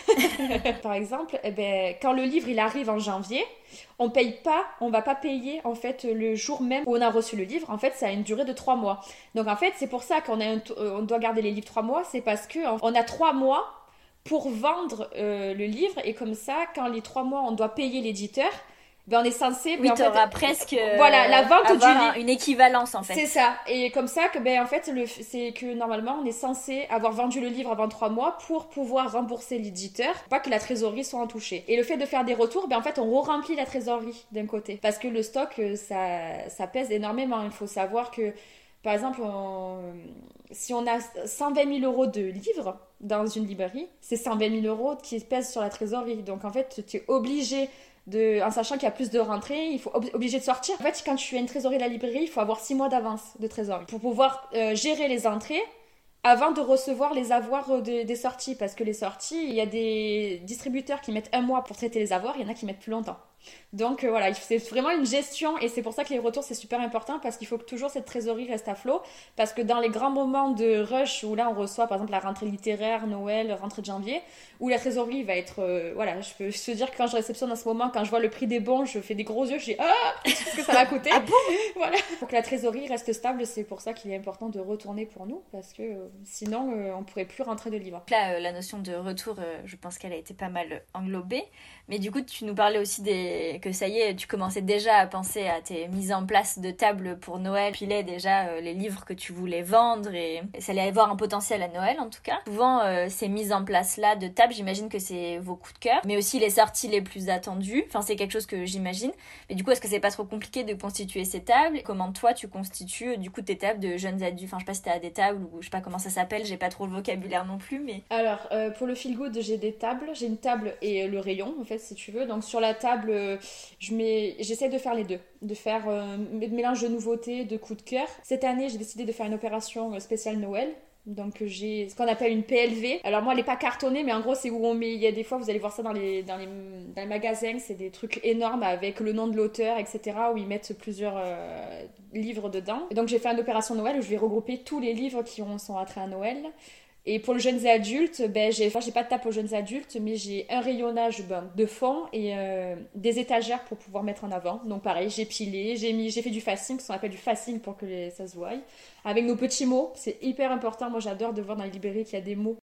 Par exemple, eh ben, quand le livre il arrive en janvier, on paye pas, on va pas payer en fait le jour même où on a reçu le livre. En fait, ça a une durée de trois mois. Donc en fait, c'est pour ça qu'on a un, on doit garder les livres trois mois, c'est parce que on a trois mois pour vendre euh, le livre, et comme ça, quand les trois mois on doit payer l'éditeur, ben on est censé... Oui, ben, t'auras en fait, presque euh, voilà, la vente du livre. Une équivalence en fait. C'est ça. Et comme ça, que, ben, en fait, le, c'est que normalement, on est censé avoir vendu le livre avant trois mois pour pouvoir rembourser l'éditeur, pas que la trésorerie soit en touchée. Et le fait de faire des retours, ben, en fait, on re-remplit la trésorerie d'un côté. Parce que le stock, ça, ça pèse énormément. Il faut savoir que, par exemple, on, si on a cent vingt mille euros de livres dans une librairie, c'est cent vingt mille euros qui pèsent sur la trésorerie. Donc, en fait, tu es obligé... De, en sachant qu'il y a plus de rentrées, il faut ob- obligé de sortir. En fait, quand tu as une trésorerie de la librairie, il faut avoir six mois d'avance de trésorerie pour pouvoir euh, gérer les entrées avant de recevoir les avoirs de, des sorties. Parce que les sorties, il y a des distributeurs qui mettent un mois pour traiter les avoirs, il y en a qui mettent plus longtemps. Donc euh, voilà, c'est vraiment une gestion, et c'est pour ça que les retours c'est super important, parce qu'il faut que toujours cette trésorerie reste à flot, parce que dans les grands moments de rush où là on reçoit par exemple la rentrée littéraire, Noël, rentrée de janvier, où la trésorerie va être, euh, voilà, je peux te dire que quand je réceptionne en ce moment, quand je vois le prix des bons, je fais des gros yeux, je dis ah, qu'est-ce que ça va coûter. Ah bon. Voilà, pour que la trésorerie reste stable, c'est pour ça qu'il est important de retourner pour nous, parce que euh, sinon euh, on pourrait plus rentrer de livres. Là, euh, la notion de retour, euh, je pense qu'elle a été pas mal englobée, mais du coup tu nous parlais aussi des... que ça y est, tu commençais déjà à penser à tes mises en place de table pour Noël, pilais déjà euh, les livres que tu voulais vendre, et ça allait avoir un potentiel à Noël en tout cas. Souvent euh, ces mises en place là de table, j'imagine que c'est vos coups de cœur, mais aussi les sorties les plus attendues, enfin c'est quelque chose que j'imagine. Mais du coup, est-ce que c'est pas trop compliqué de constituer ces tables? Comment toi tu constitues du coup tes tables de jeunes adultes? Enfin je sais pas si t'as des tables, ou je sais pas comment ça s'appelle, j'ai pas trop le vocabulaire non plus, mais... Alors, euh, pour le feel good, j'ai des tables, j'ai une table et le rayon en fait si tu veux. Donc sur la table, euh, je mets, j'essaie de faire les deux, de faire euh, mélange de nouveautés, de coups de cœur. Cette année, j'ai décidé de faire une opération spéciale Noël. Donc j'ai ce qu'on appelle une P L V. Alors moi elle est pas cartonnée, mais en gros c'est où on met, il y a des fois vous allez voir ça dans les, dans les, dans les magasins, c'est des trucs énormes avec le nom de l'auteur, et cetera, où ils mettent plusieurs euh, livres dedans. Et donc j'ai fait une opération Noël où je vais regrouper tous les livres qui ont, sont attraits à Noël. Et pour les jeunes et adultes, ben j'ai, enfin, j'ai pas de table pour jeunes adultes, mais j'ai un rayonnage ben, de fond et euh, des étagères pour pouvoir mettre en avant. Donc pareil, j'ai pilé, j'ai mis, j'ai fait du facing, ce qu'on appelle du facing pour que les, ça se voie. Avec nos petits mots, c'est hyper important. Moi j'adore de voir dans les librairies qu'il y a des mots.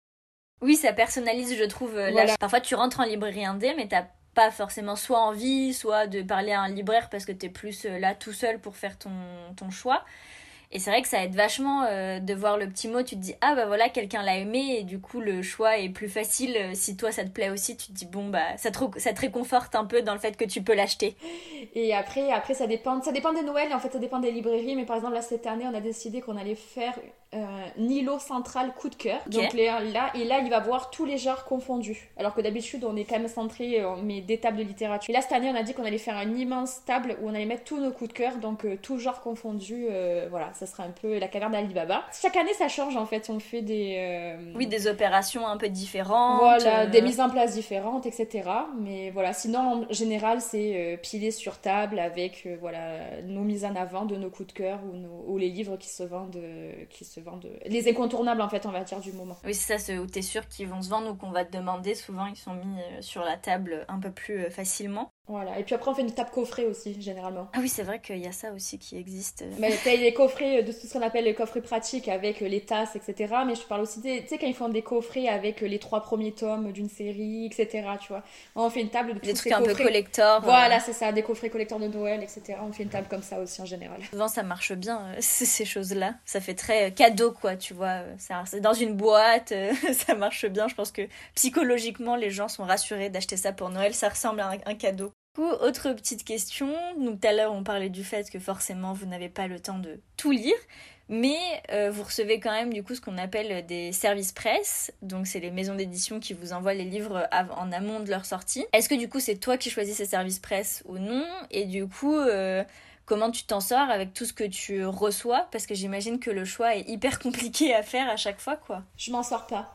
Oui, ça personnalise, je trouve. Voilà. Là, parfois tu rentres en librairie indé, mais t'as pas forcément soit envie, soit de parler à un libraire parce que t'es plus là tout seul pour faire ton, ton choix. Et c'est vrai que ça aide vachement euh, de voir le petit mot, tu te dis ah bah voilà, quelqu'un l'a aimé, et du coup le choix est plus facile. Si toi ça te plaît aussi, tu te dis bon bah ça te, ça te réconforte un peu dans le fait que tu peux l'acheter. Et après, après ça dépend, ça dépend des Noëls, en fait ça dépend des librairies, mais par exemple là cette année on a décidé qu'on allait faire euh, Nilo Central coup de cœur. Okay. Donc là, et là il va voir tous les genres confondus. Alors que d'habitude on est quand même centré, on met des tables de littérature. Et là cette année on a dit qu'on allait faire une immense table où on allait mettre tous nos coups de cœur, donc euh, tous genres confondus, euh, voilà. Ça sera un peu la caverne d'Alibaba. Chaque année ça change en fait, on fait des... Euh... Oui, des opérations un peu différentes. Voilà, euh... des mises en place différentes, et cetera. Mais voilà, sinon en général c'est euh, pilé sur table avec euh, voilà, nos mises en avant de nos coups de cœur ou, nos... ou les livres qui se vendent, euh, qui se vendent... Les incontournables en fait, on va dire, du moment. Oui, c'est ça, c'est où t'es sûr qu'ils vont se vendre ou qu'on va te demander. Souvent ils sont mis euh, sur la table un peu plus euh, facilement. Voilà, et puis après on fait une table coffret aussi, généralement. Ah oui, c'est vrai qu'il y a ça aussi qui existe. Mais tu as les coffrets de tout ce qu'on appelle les coffrets pratiques avec les tasses, et cetera. Mais je parle aussi des... Tu sais, quand ils font des coffrets avec les trois premiers tomes d'une série, et cetera. Tu vois, on fait une table de tous des ces trucs un coffrets. peu collector. Voilà, euh... c'est ça, des coffrets collecteurs de Noël, et cetera. On fait une table comme ça aussi en général. Souvent ça marche bien, euh, ces choses-là. Ça fait très cadeau, quoi, tu vois. Ça, c'est dans une boîte, euh, ça marche bien. Je pense que psychologiquement, les gens sont rassurés d'acheter ça pour Noël. Ça ressemble à un, un cadeau. Autre petite question, donc tout à l'heure on parlait du fait que forcément vous n'avez pas le temps de tout lire, mais euh, vous recevez quand même du coup ce qu'on appelle des services presse, donc c'est les maisons d'édition qui vous envoient les livres en amont de leur sortie. Est-ce que du coup c'est toi qui choisis ces services presse ou non? Et du coup, euh, comment tu t'en sors avec tout ce que tu reçois, parce que j'imagine que le choix est hyper compliqué à faire à chaque fois, quoi. Je m'en sors pas.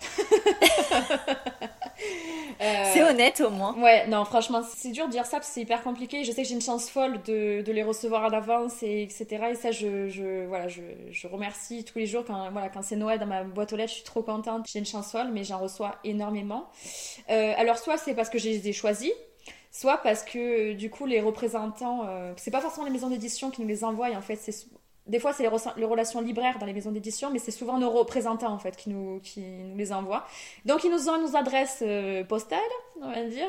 euh... C'est honnête au moins. Ouais, non, franchement, c'est dur de dire ça parce que c'est hyper compliqué. Je sais que j'ai une chance folle de, de les recevoir à l'avance, et etc. Et ça, je, je, voilà, je, je remercie tous les jours. Quand, voilà, quand c'est Noël dans ma boîte aux lettres, je suis trop contente. J'ai une chance folle, mais j'en reçois énormément. Euh, alors, soit c'est parce que je les ai choisis, soit parce que du coup, les représentants, euh, c'est pas forcément les maisons d'édition qui nous les envoient, en fait, c'est. Des fois, c'est les, re- les relations libraires dans les maisons d'édition, mais c'est souvent nos représentants, en fait, qui nous, qui nous les envoient. Donc, ils nous ont nos adresses euh, postales, on va dire.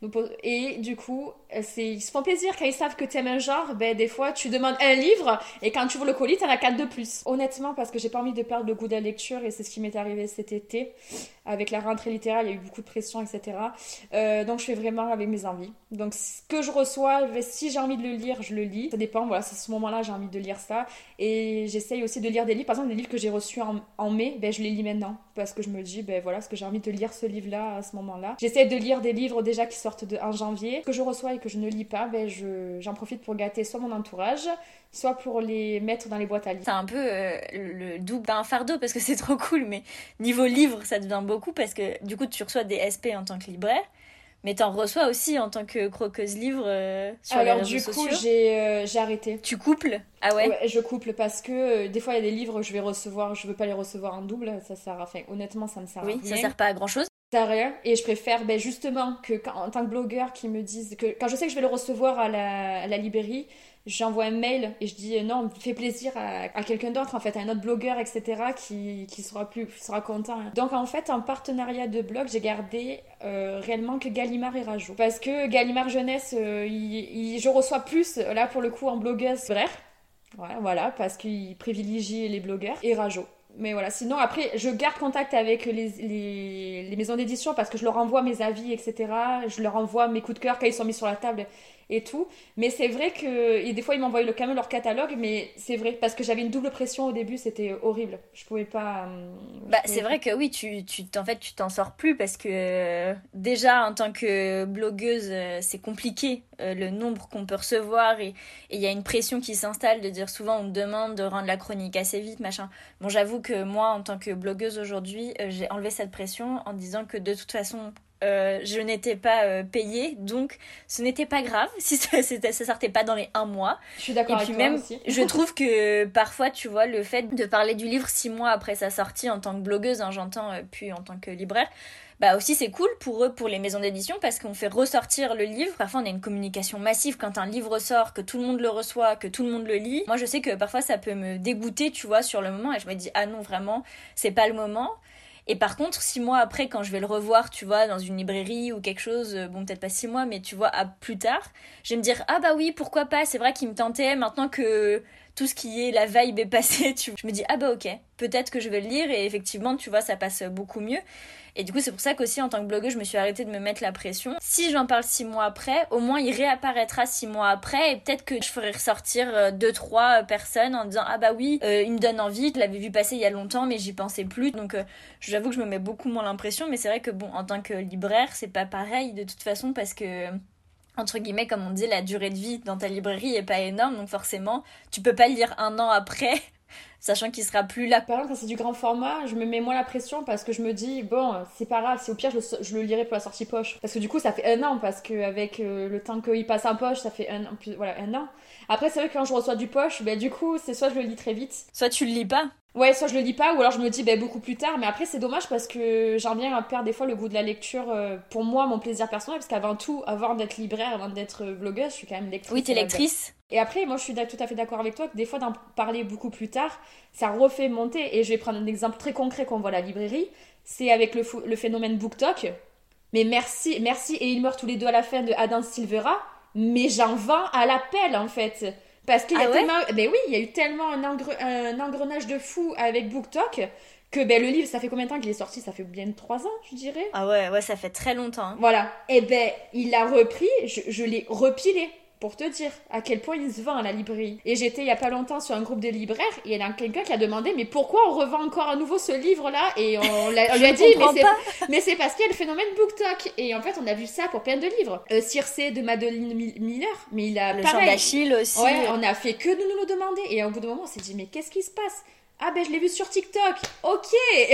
Et du coup, c'est, ils se font plaisir quand ils savent que tu aimes un genre. Ben, des fois, tu demandes un livre, et quand tu ouvres le colis, t'en as quatre de plus. Honnêtement, parce que j'ai pas envie de perdre le goût de la lecture, et c'est ce qui m'est arrivé cet été. Avec la rentrée littéraire, il y a eu beaucoup de pression, et cetera. Euh, donc, je fais vraiment avec mes envies. Donc, ce que je reçois, si j'ai envie de le lire, je le lis. Ça dépend, voilà, c'est ce moment-là, j'ai envie de lire ça. Et j'essaye aussi de lire des livres. Par exemple, les livres que j'ai reçus en, en mai, ben, je les lis maintenant. Parce que je me dis, ben voilà, est-ce que j'ai envie de lire ce livre-là à ce moment-là. J'essaie de lire des livres déjà qui sortent de, en janvier. Ce que je reçois et que je ne lis pas, ben, je, j'en profite pour gâter soit mon entourage, soit pour les mettre dans les boîtes à livres. C'est un peu euh, le double d'un fardeau parce que c'est trop cool, mais niveau livre, ça devient beaucoup parce que du coup, tu reçois des S P en tant que libraire. Mais t'en reçois aussi en tant que croqueuse livre euh, sur Alors, les réseaux sociaux. Alors du coup, j'ai, euh, j'ai arrêté. Tu couples ? Ah ouais, ouais, je couple parce que euh, des fois, il y a des livres que je vais recevoir, je veux pas les recevoir en double. Ça sert à... Enfin, honnêtement, ça me sert oui, à rien. Oui, ça sert pas à grand-chose. Ça sert à rien. Et je préfère ben, justement que quand, en tant que blogueur qui me disent que quand je sais que je vais le recevoir à la, à la librairie, j'envoie un mail et je dis euh, non, fais plaisir à, à quelqu'un d'autre, en fait, à un autre blogueur, et cetera, qui, qui sera, plus, qui sera content. Donc, en fait, en partenariat de blog, j'ai gardé euh, réellement que Gallimard et Rajo. Parce que Gallimard Jeunesse, euh, il, il, je reçois plus, là, pour le coup, en blogueuse bref. Voilà, voilà, parce qu'il privilégie les blogueurs et Rajo. Mais voilà, sinon après, je garde contact avec les, les, les maisons d'édition parce que je leur envoie mes avis, et cetera. Je leur envoie mes coups de cœur quand ils sont mis sur la table et tout. Mais c'est vrai que, et des fois ils m'envoient le, quand même leur catalogue, mais c'est vrai, parce que j'avais une double pression au début, c'était horrible. Je pouvais pas... Je bah, pouvais c'est pas. vrai que oui, tu, tu, en fait, tu t'en sors plus parce que euh, déjà, en tant que blogueuse, euh, c'est compliqué euh, le nombre qu'on peut recevoir et il y a une pression qui s'installe de dire souvent on te demande de rendre la chronique assez vite, machin. Bon, j'avoue que moi, en tant que blogueuse aujourd'hui, euh, j'ai enlevé cette pression en disant que de toute façon... Euh, je n'étais pas euh, payée, donc ce n'était pas grave si ça, ça sortait pas dans les un mois. Je suis d'accord et puis avec toi même, aussi. Je trouve que parfois, tu vois, le fait de parler du livre six mois après sa sortie en tant que blogueuse, hein, j'entends, euh, puis en tant que libraire, bah aussi c'est cool pour eux, pour les maisons d'édition, parce qu'on fait ressortir le livre. Parfois on a une communication massive quand un livre sort, que tout le monde le reçoit, que tout le monde le lit. Moi je sais que parfois ça peut me dégoûter, tu vois, sur le moment, et je me dis ah non, vraiment, c'est pas le moment. Et par contre, six mois après, quand je vais le revoir, tu vois, dans une librairie ou quelque chose, bon, peut-être pas six mois, mais tu vois, à plus tard, je vais me dire, ah bah oui, pourquoi pas, c'est vrai qu'il me tentait, maintenant que tout ce qui est la vibe est passée, tu vois. Je me dis, ah bah ok, peut-être que je vais le lire, et effectivement, tu vois, ça passe beaucoup mieux. Et du coup, c'est pour ça qu'aussi, en tant que blogueuse, je me suis arrêtée de me mettre la pression. Si j'en parle six mois après, au moins, il réapparaîtra six mois après, et peut-être que je ferai ressortir deux, trois personnes en disant, ah bah oui, euh, il me donne envie, je l'avais vu passer il y a longtemps, mais j'y pensais plus. Donc, euh, j'avoue que je me mets beaucoup moins l'impression, mais c'est vrai que, bon, en tant que libraire, c'est pas pareil, de toute façon, parce que... entre guillemets, comme on dit, la durée de vie dans ta librairie est pas énorme, donc forcément, tu peux pas le lire un an après, sachant qu'il sera plus là. Par exemple, quand c'est du grand format, je me mets moins la pression parce que je me dis, bon, c'est pas grave, c'est au pire, je le, je le lirai pour la sortie poche. Parce que du coup, ça fait un an, parce qu'avec euh, le temps qu'il passe en poche, ça fait un an, plus, voilà, un an. Après, c'est vrai que quand je reçois du poche, ben, du coup, c'est soit je le lis très vite. Soit tu le lis pas. Ouais, soit je le lis pas, ou alors je me dis ben, beaucoup plus tard. Mais après, c'est dommage parce que j'en viens à perdre des fois le goût de la lecture. Euh, pour moi, mon plaisir personnel, parce qu'avant tout, avant d'être libraire, avant d'être blogueuse, je suis quand même lectrice. Oui, t'es lectrice. Et après, moi, je suis tout à fait d'accord avec toi que des fois, d'en parler beaucoup plus tard, ça refait monter. Et je vais prendre un exemple très concret qu'on voit à la librairie. C'est avec le, fou- le phénomène BookTok. Mais merci, merci, et ils meurent tous les deux à la fin de Adam Silvera. Mais j'en vends à l'appel, en fait. Parce qu'il y a ah ouais tellement... Ben oui, il y a eu tellement un, engre... un engrenage de fou avec BookTok que ben, le livre, ça fait combien de temps qu'il est sorti ? Ça fait bien trois ans, je dirais. Ah ouais, ouais, ça fait très longtemps. Hein. Voilà. Et ben, il l'a repris, je, je l'ai repilé. pour te dire à quel point il se vend à la librairie. Et j'étais il y a pas longtemps sur un groupe de libraires et il y a quelqu'un qui a demandé mais pourquoi on revend encore à nouveau ce livre-là? Et on, l'a, on lui a dit mais c'est, mais c'est parce qu'il y a le phénomène BookTok. Et en fait on a vu ça pour plein de livres. Euh, Circé de Madeleine Miller, mais il a le pareil. Jean d'Achille aussi. Ouais, on a fait que de nous le demander. Et au bout d'un moment on s'est dit mais qu'est-ce qui se passe? Ah ben je l'ai vu sur TikTok. Ok.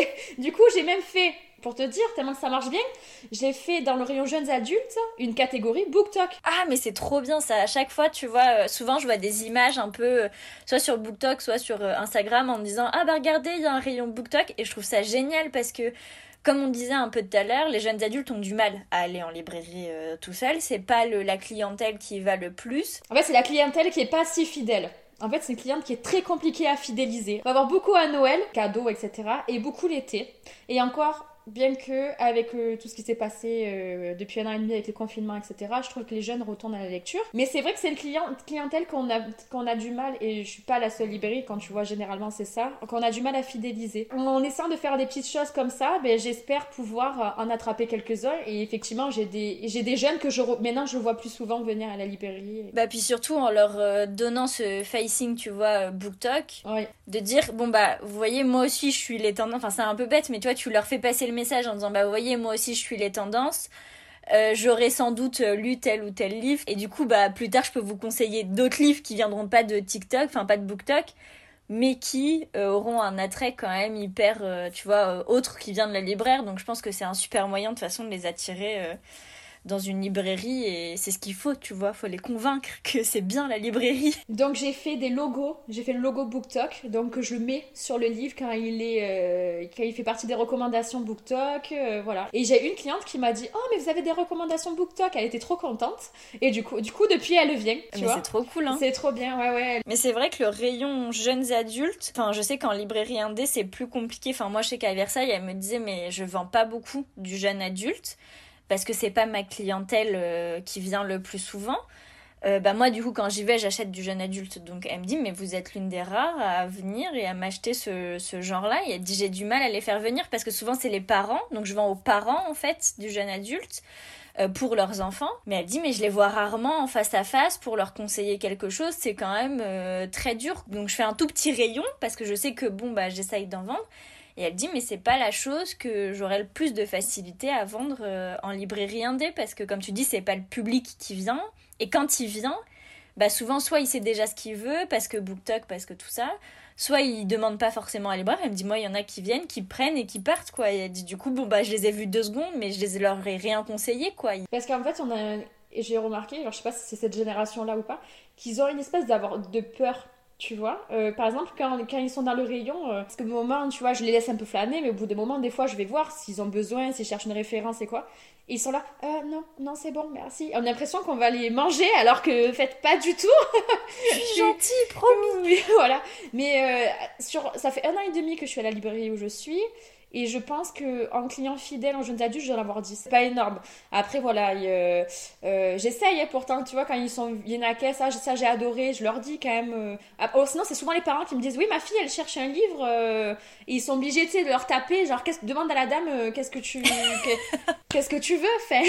Du coup j'ai même fait, pour te dire, tellement que ça marche bien, j'ai fait dans le rayon jeunes adultes une catégorie BookTok. Ah, mais c'est trop bien ça. À chaque fois, tu vois, euh, souvent je vois des images un peu, euh, soit sur BookTok, soit sur euh, Instagram, en me disant « Ah bah regardez, il y a un rayon BookTok » et je trouve ça génial parce que, comme on disait un peu tout à l'heure, les jeunes adultes ont du mal à aller en librairie euh, tout seuls. C'est pas le, la clientèle qui y va le plus. En fait, c'est la clientèle qui est pas si fidèle. En fait, c'est une cliente qui est très compliquée à fidéliser. On va avoir beaucoup à Noël, cadeaux, et cetera. Et beaucoup l'été. Et encore... Bien que avec euh, tout ce qui s'est passé euh, depuis un an et demi avec les confinements, et cetera, je trouve que les jeunes retournent à la lecture. Mais c'est vrai que c'est une client, clientèle qu'on a, qu'on a du mal, et je suis pas la seule librairie, quand tu vois, généralement c'est ça, qu'on a du mal à fidéliser. En essayant de faire des petites choses comme ça, ben, j'espère pouvoir en attraper quelques-uns. Et effectivement, j'ai des, j'ai des jeunes que je re... maintenant je vois plus souvent venir à la librairie. Bah puis surtout en leur euh, donnant ce facing, tu vois, euh, BookTok, ouais. De dire, bon bah, vous voyez, moi aussi je suis les tendances, enfin c'est un peu bête, mais toi tu leur fais passer le message en disant bah vous voyez moi aussi je suis les tendances, euh, j'aurais sans doute lu tel ou tel livre et du coup bah plus tard je peux vous conseiller d'autres livres qui viendront pas de TikTok, enfin pas de BookTok, mais qui euh, auront un attrait quand même hyper euh, tu vois euh, autre qui vient de la libraire. Donc je pense que c'est un super moyen de toute façon de les attirer euh, dans une librairie et c'est ce qu'il faut, tu vois, faut les convaincre que c'est bien la librairie. Donc j'ai fait des logos, j'ai fait le logo BookTok, donc je le mets sur le livre quand il est, euh, quand il fait partie des recommandations BookTok, euh, voilà. Et j'ai une cliente qui m'a dit « Oh mais vous avez des recommandations BookTok », elle était trop contente et du coup, du coup depuis elle vient, tu mais vois. C'est trop cool, hein. C'est trop bien, ouais ouais. Mais c'est vrai que le rayon jeunes adultes, enfin je sais qu'en librairie indé c'est plus compliqué, enfin moi je sais qu'à Versailles elle me disait mais je vends pas beaucoup du jeune adulte, parce que c'est pas ma clientèle euh, qui vient le plus souvent. Euh, bah moi du coup quand j'y vais j'achète du jeune adulte, donc elle me dit mais vous êtes l'une des rares à venir et à m'acheter ce, ce genre là, et elle dit j'ai du mal à les faire venir parce que souvent c'est les parents, donc je vends aux parents en fait du jeune adulte euh, pour leurs enfants, mais elle dit mais je les vois rarement en face à face pour leur conseiller quelque chose, c'est quand même euh, très dur, donc je fais un tout petit rayon parce que je sais que bon bah j'essaye d'en vendre. Et elle dit mais c'est pas la chose que j'aurais le plus de facilité à vendre euh, en librairie indé, parce que comme tu dis c'est pas le public qui vient, et quand il vient bah souvent soit il sait déjà ce qu'il veut parce que BookTok, parce que tout ça, soit il demande pas forcément à la libraire. Elle me dit moi il y en a qui viennent, qui prennent et qui partent quoi, et elle dit du coup bon bah je les ai vus deux secondes mais je les leur ai rien conseillé quoi. Parce qu'en fait on a, et j'ai remarqué, alors je sais pas si c'est cette génération là ou pas, qu'ils ont une espèce d'avoir de peur. Tu vois, euh, par exemple, quand, quand ils sont dans le rayon, euh, parce que au moment, tu vois, je les laisse un peu flâner, mais au bout d'un moment, des fois, je vais voir s'ils ont besoin, s'ils cherchent une référence et quoi. Et ils sont là, euh, non, non, c'est bon, merci. On a l'impression qu'on va les manger, alors que, en fait, pas du tout. Je suis gentille, promis. Oui, voilà. Mais euh, sur, ça fait un an et demi que je suis à la librairie où je suis. Et je pense qu'en client fidèle, en jeunes adultes, je dois en avoir dix. C'est pas énorme. Après, voilà, euh, euh, j'essaye, hein, pourtant, tu vois, quand ils sont viennent à la caisse, ça, ça j'ai adoré, je leur dis quand même. Euh... Ah, oh, sinon, c'est souvent les parents qui me disent, oui, ma fille, elle cherche un livre, euh, et ils sont obligés, tu sais, de leur taper, genre, qu'est-ce... demande à la dame, euh, qu'est-ce que tu, qu'est-ce que tu veux faire.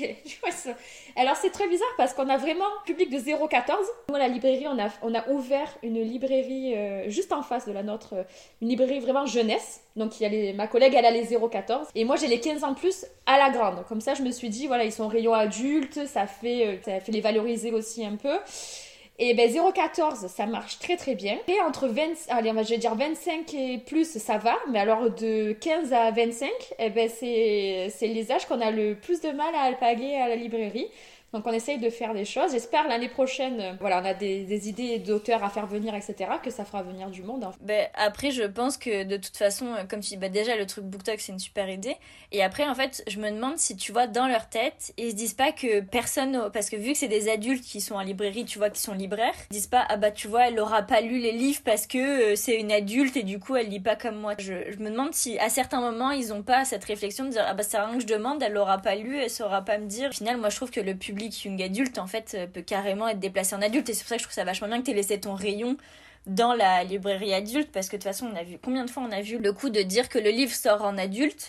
Alors, c'est très bizarre parce qu'on a vraiment public de zéro à quatorze. Nous, à la librairie, on a, on a ouvert une librairie euh, juste en face de la nôtre, euh, une librairie vraiment jeunesse. Donc, il y a les, ma collègue, elle a les zéro à quatorze. Et moi, j'ai les quinze ans plus à la grande. Comme ça, je me suis dit, voilà, ils sont rayon adultes, ça fait, euh, ça fait les valoriser aussi un peu. Et ben zéro à quatorze, ça marche très très bien. Et entre vingt, allez, je vais dire vingt-cinq et plus, ça va. Mais alors de quinze à vingt-cinq, eh ben c'est, c'est les âges qu'on a le plus de mal à alpaguer à la librairie. Donc on essaye de faire des choses. J'espère l'année prochaine, euh, voilà, on a des, des idées d'auteurs à faire venir, et cetera, que ça fera venir du monde. Hein. Ben, après, je pense que de toute façon, comme tu dis, ben, déjà le truc BookTok, c'est une super idée. Et après, en fait, je me demande si tu vois, dans leur tête, ils se disent pas que personne, parce que vu que c'est des adultes qui sont en librairie, tu vois, qui sont libraires, ils disent pas, ah bah tu vois, elle aura pas lu les livres parce que euh, c'est une adulte et du coup, elle lit pas comme moi. Je, je me demande si, à certains moments, ils ont pas cette réflexion de dire, ah bah c'est rien que je demande, elle l'aura pas lu, elle saura pas me dire. Au final, moi, je trouve que le public young adulte en fait peut carrément être déplacé en adulte, et c'est pour ça que je trouve ça vachement bien que t'aies laissé ton rayon dans la librairie adulte, parce que de toute façon on a vu combien de fois on a vu le coup de dire que le livre sort en adulte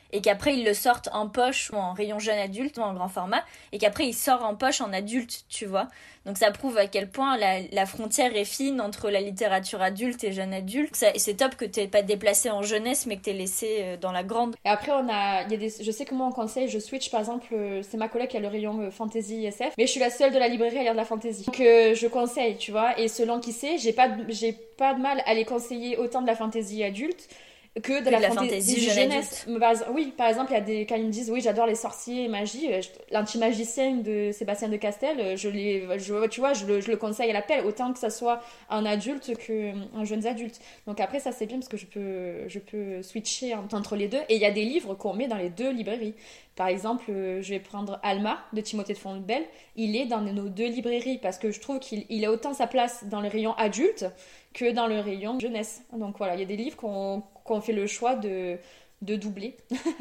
et qu'après ils le sortent en poche ou en rayon jeune adulte ou en grand format, et qu'après ils sortent en poche en adulte, tu vois. Donc ça prouve à quel point la, la frontière est fine entre la littérature adulte et jeune adulte. Ça, et c'est top que t'aies pas déplacé en jeunesse, mais que t'aies laissé dans la grande. Et après, on a, il y a des, je sais que moi on conseille, je switch par exemple, c'est ma collègue qui a le rayon euh, fantasy S F, mais je suis la seule de la librairie à lire de la fantasy. Donc euh, je conseille, tu vois, et selon qui c'est, j'ai pas, de, j'ai pas de mal à les conseiller autant de la fantasy adulte que de que la, de la fantasy, fantasy jeune jeunesse. Par, oui, par exemple, il y a des quand ils me disent oui, j'adore les sorciers et magie, l'anti-magicien de Sébastien de Castel, je les, je, tu vois, je le, je le conseille à l'appel autant que ça soit un adulte qu'un jeune adulte. Donc après ça c'est bien parce que je peux, je peux switcher entre les deux. Et il y a des livres qu'on met dans les deux librairies. Par exemple, je vais prendre Alma de Timothée de Fontbelle. Il est dans nos deux librairies parce que je trouve qu'il il a autant sa place dans le rayon adulte que dans le rayon jeunesse. Donc voilà, il y a des livres qu'on, qu'on fait le choix de, de doubler.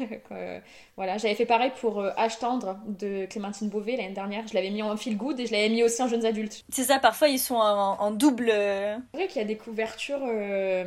Voilà, j'avais fait pareil pour euh, Âge tendre de Clémentine Beauvais l'année dernière. Je l'avais mis en feel good et je l'avais mis aussi en jeunes adultes. C'est ça, parfois ils sont en, en double. C'est vrai qu'il y a des couvertures. Euh...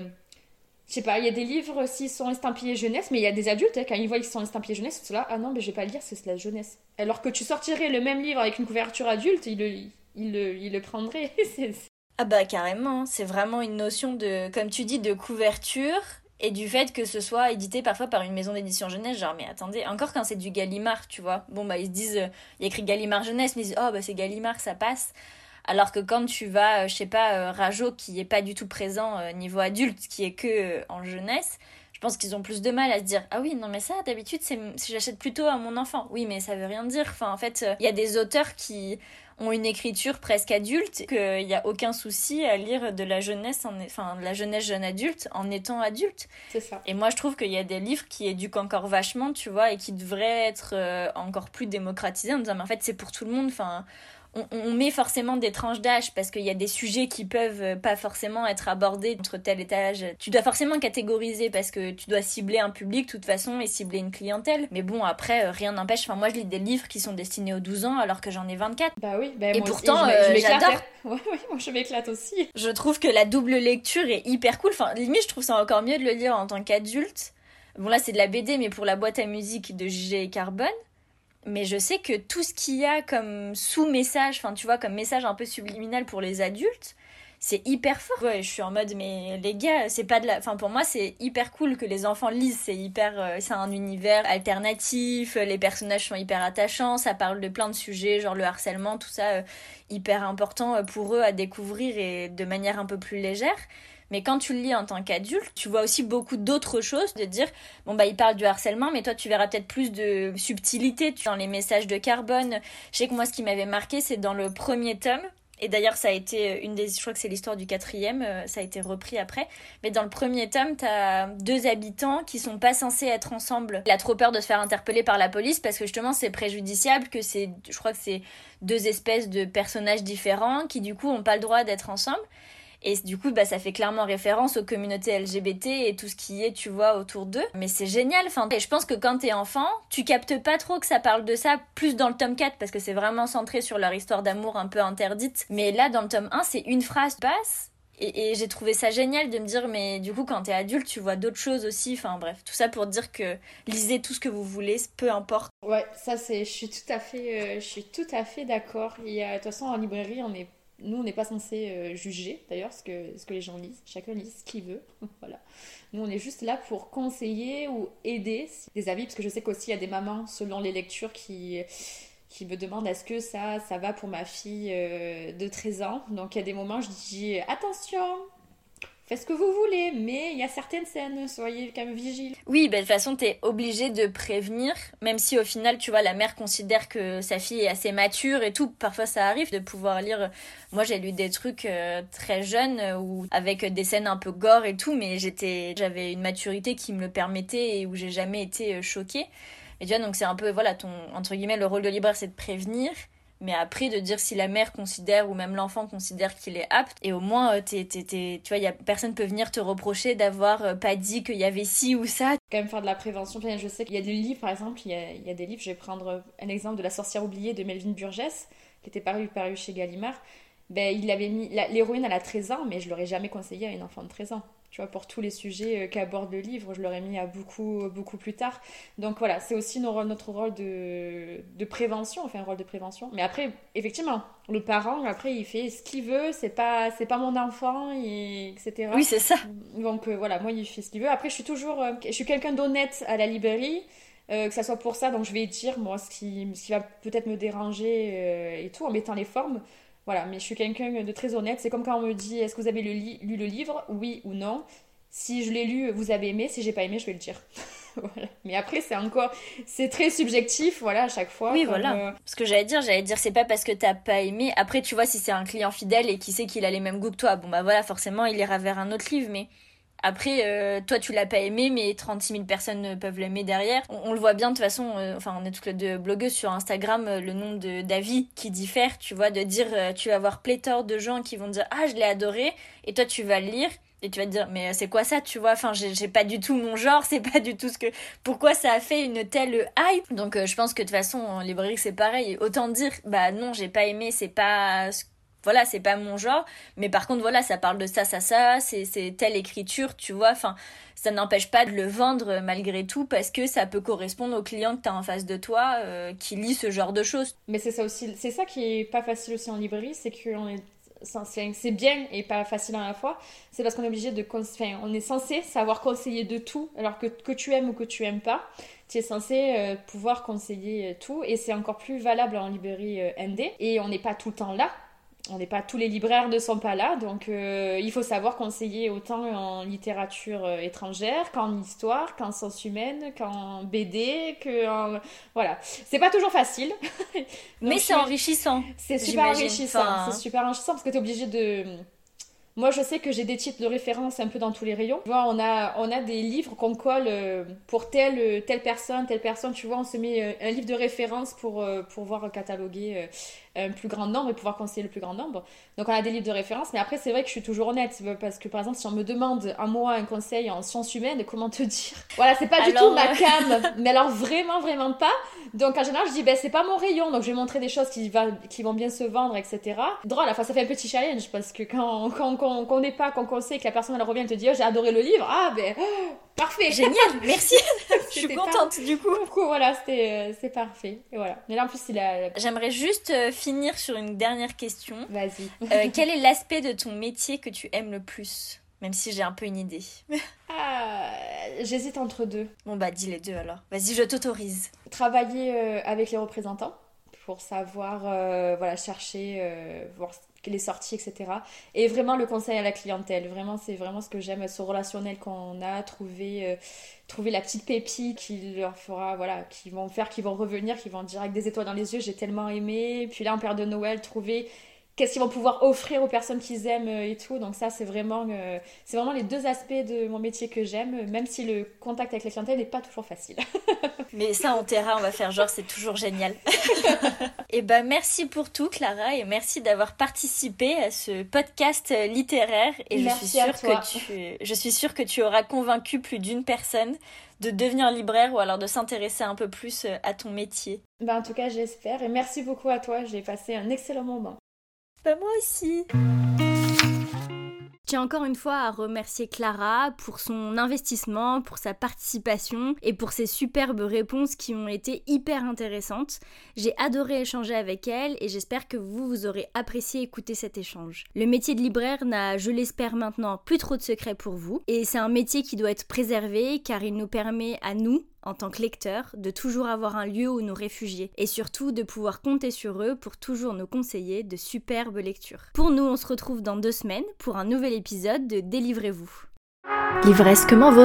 Je sais pas, il y a des livres s'ils sont estampillés jeunesse, mais il y a des adultes, hein, quand ils voient qu'ils sont estampillés jeunesse, c'est là, ah non, mais je vais pas le lire, c'est la jeunesse. Alors que tu sortirais le même livre avec une couverture adulte, ils le, ils le, ils le prendraient. c'est... Ah bah carrément, c'est vraiment une notion de, comme tu dis, de couverture et du fait que ce soit édité parfois par une maison d'édition jeunesse, genre mais attendez, encore quand c'est du Gallimard, tu vois, bon bah ils se disent, euh, il y a écrit Gallimard jeunesse, mais ils disent, oh bah c'est Gallimard, ça passe. Alors que quand tu vas, je sais pas, Rajo, qui est pas du tout présent niveau adulte, qui est que en jeunesse, je pense qu'ils ont plus de mal à se dire « Ah oui, non mais ça, d'habitude, c'est, j'achète plutôt à mon enfant. » Oui, mais ça veut rien dire. Enfin, en fait, il y a des auteurs qui ont une écriture presque adulte, qu'il n'y a aucun souci à lire de la jeunesse, en, enfin, de la jeunesse jeune adulte en étant adulte. C'est ça. Et moi, je trouve qu'il y a des livres qui éduquent encore vachement, tu vois, et qui devraient être euh, encore plus démocratisés en disant « Mais en fait, c'est pour tout le monde. » Enfin... On, on met forcément des tranches d'âge parce qu'il y a des sujets qui peuvent pas forcément être abordés entre tel et tel âge. Tu dois forcément catégoriser parce que tu dois cibler un public de toute façon et cibler une clientèle. Mais bon, après, rien n'empêche. Enfin, moi, je lis des livres qui sont destinés aux douze ans alors que j'en ai vingt-quatre. Bah oui, bah et moi pourtant, aussi, je, euh, je j'adore. Ouais, ouais, moi je m'éclate aussi. Je trouve que la double lecture est hyper cool. Enfin, limite, je trouve ça encore mieux de le lire en tant qu'adulte. Bon, là, c'est de la B D, mais pour la boîte à musique de J G Carbone. Mais je sais que tout ce qu'il y a comme sous-message, enfin tu vois, comme message un peu subliminal pour les adultes, c'est hyper fort. Ouais, je suis en mode, mais les gars, c'est pas de la... Enfin pour moi, c'est hyper cool que les enfants lisent, c'est hyper... Euh, c'est un univers alternatif, les personnages sont hyper attachants, ça parle de plein de sujets, genre le harcèlement, tout ça, euh, hyper important pour eux à découvrir et de manière un peu plus légère. Mais quand tu le lis en tant qu'adulte, tu vois aussi beaucoup d'autres choses, de dire, bon bah il parle du harcèlement, mais toi tu verras peut-être plus de subtilité dans les messages de Carbone. Je sais que moi ce qui m'avait marqué, c'est dans le premier tome, et d'ailleurs ça a été une des, je crois que c'est l'histoire du quatrième, ça a été repris après, mais dans le premier tome, t'as deux habitants qui sont pas censés être ensemble. Il a trop peur de se faire interpeller par la police parce que justement c'est préjudiciable, que c'est, je crois que c'est deux espèces de personnages différents qui du coup ont pas le droit d'être ensemble. Et du coup, bah, ça fait clairement référence aux communautés L G B T et tout ce qui est, tu vois, autour d'eux. Mais c'est génial. Enfin, et je pense que quand t'es enfant, tu captes pas trop que ça parle de ça, plus dans le tome quatre, parce que c'est vraiment centré sur leur histoire d'amour un peu interdite. Mais là, dans le tome un, c'est une phrase qui passe. Et, et j'ai trouvé ça génial de me dire, mais du coup, quand t'es adulte, tu vois d'autres choses aussi. Enfin bref, tout ça pour dire que lisez tout ce que vous voulez, peu importe. Ouais, ça c'est, je suis tout à fait, euh, je suis tout à fait d'accord. Et de toute façon, en librairie, on est Nous, on n'est pas censé euh, juger, d'ailleurs, ce que, ce que les gens lisent. Chacun lit ce qu'il veut. Voilà. Nous, on est juste là pour conseiller ou aider des avis, parce que je sais qu'aussi, il y a des mamans, selon les lectures, qui, qui me demandent est-ce que ça, ça va pour ma fille euh, de treize ans. Donc, il y a des moments, je dis attention, faites ce que vous voulez, mais il y a certaines scènes, soyez quand même vigiles. Oui, bah, de toute façon, t'es obligé de prévenir, même si au final, tu vois, la mère considère que sa fille est assez mature et tout. Parfois, ça arrive de pouvoir lire. Moi, j'ai lu des trucs euh, très jeunes, où, avec des scènes un peu gore et tout, mais j'étais, j'avais une maturité qui me le permettait et où j'ai jamais été choquée. Et tu vois, donc c'est un peu, voilà, ton, entre guillemets, le rôle de libraire, c'est de prévenir. Mais après, de dire si la mère considère ou même l'enfant considère qu'il est apte. Et au moins, t'es, t'es, t'es, tu vois, y a, personne peut venir te reprocher d'avoir pas dit qu'il y avait ci ou ça. Quand même faire de la prévention. Je sais qu'il y a des livres, par exemple, il y a, il y a des livres, je vais prendre un exemple de La sorcière oubliée de Melvin Burgess, qui était paru, paru chez Gallimard. ben, il avait mis... La, l'héroïne, elle a treize ans, mais je l'aurais jamais conseillé à une enfant de treize ans. Tu vois, pour tous les sujets qu'aborde le livre, je l'aurais mis à beaucoup, beaucoup plus tard. Donc voilà, c'est aussi nos, notre rôle de, de prévention, enfin un rôle de prévention. Mais après, effectivement, le parent, après, il fait ce qu'il veut, c'est pas, c'est pas mon enfant, et, etc. Oui, c'est ça. Donc euh, voilà, moi, il fait ce qu'il veut. Après, je suis toujours... Euh, je suis quelqu'un d'honnête à la librairie, euh, que ça soit pour ça, donc je vais dire, moi, ce qui, ce qui va peut-être me déranger euh, et tout, en mettant les formes. Voilà, mais je suis quelqu'un de très honnête. C'est comme quand on me dit, est-ce que vous avez lu, lu le livre? Oui ou non. Si je l'ai lu, vous avez aimé. Si j'ai pas aimé, je vais le dire. Voilà. Mais après, c'est encore... C'est très subjectif, voilà, à chaque fois. Oui, comme, voilà. euh... Ce que j'allais dire, j'allais dire, c'est pas parce que t'as pas aimé... Après, tu vois, si c'est un client fidèle et qui sait qu'il a les mêmes goûts que toi, bon bah voilà, forcément, il ira vers un autre livre, mais... Après, euh, toi, tu l'as pas aimé, mais trente-six mille personnes peuvent l'aimer derrière. On, on le voit bien, de toute façon, euh, enfin, on est toutes les deux blogueuses sur Instagram, euh, le nombre de, d'avis qui diffèrent, tu vois, de dire, euh, tu vas avoir pléthore de gens qui vont dire « Ah, je l'ai adoré », et toi, tu vas le lire, et tu vas te dire « Mais c'est quoi ça, tu vois, enfin, j'ai, j'ai pas du tout mon genre, c'est pas du tout ce que... Pourquoi ça a fait une telle hype ?» Donc, euh, je pense que, de toute façon, en librairie, c'est pareil. Autant dire « Bah non, j'ai pas aimé, c'est pas... » Voilà, c'est pas mon genre, mais par contre, voilà, ça parle de ça, ça, ça, c'est, c'est telle écriture, tu vois, enfin, ça n'empêche pas de le vendre malgré tout, parce que ça peut correspondre au client que t'as en face de toi, euh, qui lit ce genre de choses. Mais c'est ça aussi, c'est ça qui est pas facile aussi en librairie, c'est qu'on est... c'est bien et pas facile à la fois, c'est parce qu'on est obligé de... Enfin, on est censé savoir conseiller de tout, alors que, que tu aimes ou que tu aimes pas, tu es censé euh, pouvoir conseiller tout, et c'est encore plus valable en librairie euh, indé, et on n'est pas tout le temps là. On n'est pas, tous les libraires ne sont pas là, donc euh, il faut savoir conseiller autant en littérature euh, étrangère qu'en histoire, qu'en sciences humaines, qu'en B D, qu'en... Voilà. C'est pas toujours facile. Mais c'est enrichissant. C'est super j'imagine. enrichissant. Enfin... C'est super enrichissant parce que t'es obligé de... Moi, je sais que j'ai des titres de référence un peu dans tous les rayons. Tu vois, on a, on a des livres qu'on colle pour telle, telle personne, telle personne. Tu vois, on se met un livre de référence pour, pour pouvoir cataloguer un plus grand nombre et pouvoir conseiller le plus grand nombre. Donc, on a des livres de référence. Mais après, c'est vrai que je suis toujours honnête. Parce que, par exemple, si on me demande à moi un conseil en sciences humaines, comment te dire? Voilà, c'est pas du alors, tout ma cam. Mais alors, vraiment, vraiment pas. Donc, en général, je dis, ben, c'est pas mon rayon. Donc, je vais montrer des choses qui, va, qui vont bien se vendre, et cetera. Drôle, enfin, ça fait un petit challenge parce que quand, quand qu'on qu'on n'est pas, qu'on conseille, que la personne elle revient et te dit oh, j'ai adoré le livre, ah ben oh, parfait, génial, merci. Je suis contente pas... du coup. Du coup voilà, c'était euh, c'est parfait. Et voilà. Mais là en plus il a. J'aimerais juste euh, finir sur une dernière question. Vas-y. Euh, quel est l'aspect de ton métier que tu aimes le plus? Même si j'ai un peu une idée. Ah, j'hésite entre deux. Bon bah dis les deux alors. Vas-y, je t'autorise. Travailler euh, avec les représentants pour savoir euh, voilà chercher euh, voir les sorties, et cetera. Et vraiment le conseil à la clientèle. Vraiment, c'est vraiment ce que j'aime, ce relationnel qu'on a, trouver, euh, trouver la petite pépite qui leur fera, voilà, qui vont faire, qui vont revenir, qui vont dire avec des étoiles dans les yeux, j'ai tellement aimé. Puis là, en période de Noël, trouver qu'est-ce qu'ils vont pouvoir offrir aux personnes qu'ils aiment et tout. Donc ça, c'est vraiment, euh, c'est vraiment les deux aspects de mon métier que j'aime, même si le contact avec la clientèle n'est pas toujours facile. Mais ça, on taira, on va faire genre, c'est toujours génial. Et ben merci pour tout, Clara, et merci d'avoir participé à ce podcast littéraire. Et merci je suis sûre à toi. que tu, je suis sûre que tu auras convaincu plus d'une personne de devenir libraire ou alors de s'intéresser un peu plus à ton métier. Ben, en tout cas, j'espère. Et merci beaucoup à toi. J'ai passé un excellent moment. Bah moi aussi. Je tiens encore une fois à remercier Clara pour son investissement, pour sa participation et pour ses superbes réponses qui ont été hyper intéressantes. J'ai adoré échanger avec elle et j'espère que vous, vous aurez apprécié écouter cet échange. Le métier de libraire n'a, je l'espère maintenant, plus trop de secrets pour vous et c'est un métier qui doit être préservé car il nous permet à nous, en tant que lecteurs, de toujours avoir un lieu où nous réfugier et surtout de pouvoir compter sur eux pour toujours nous conseiller de superbes lectures. Pour nous, on se retrouve dans deux semaines pour un nouvel épisode de Délivrez-vous. L'ivresse comment vôtre ?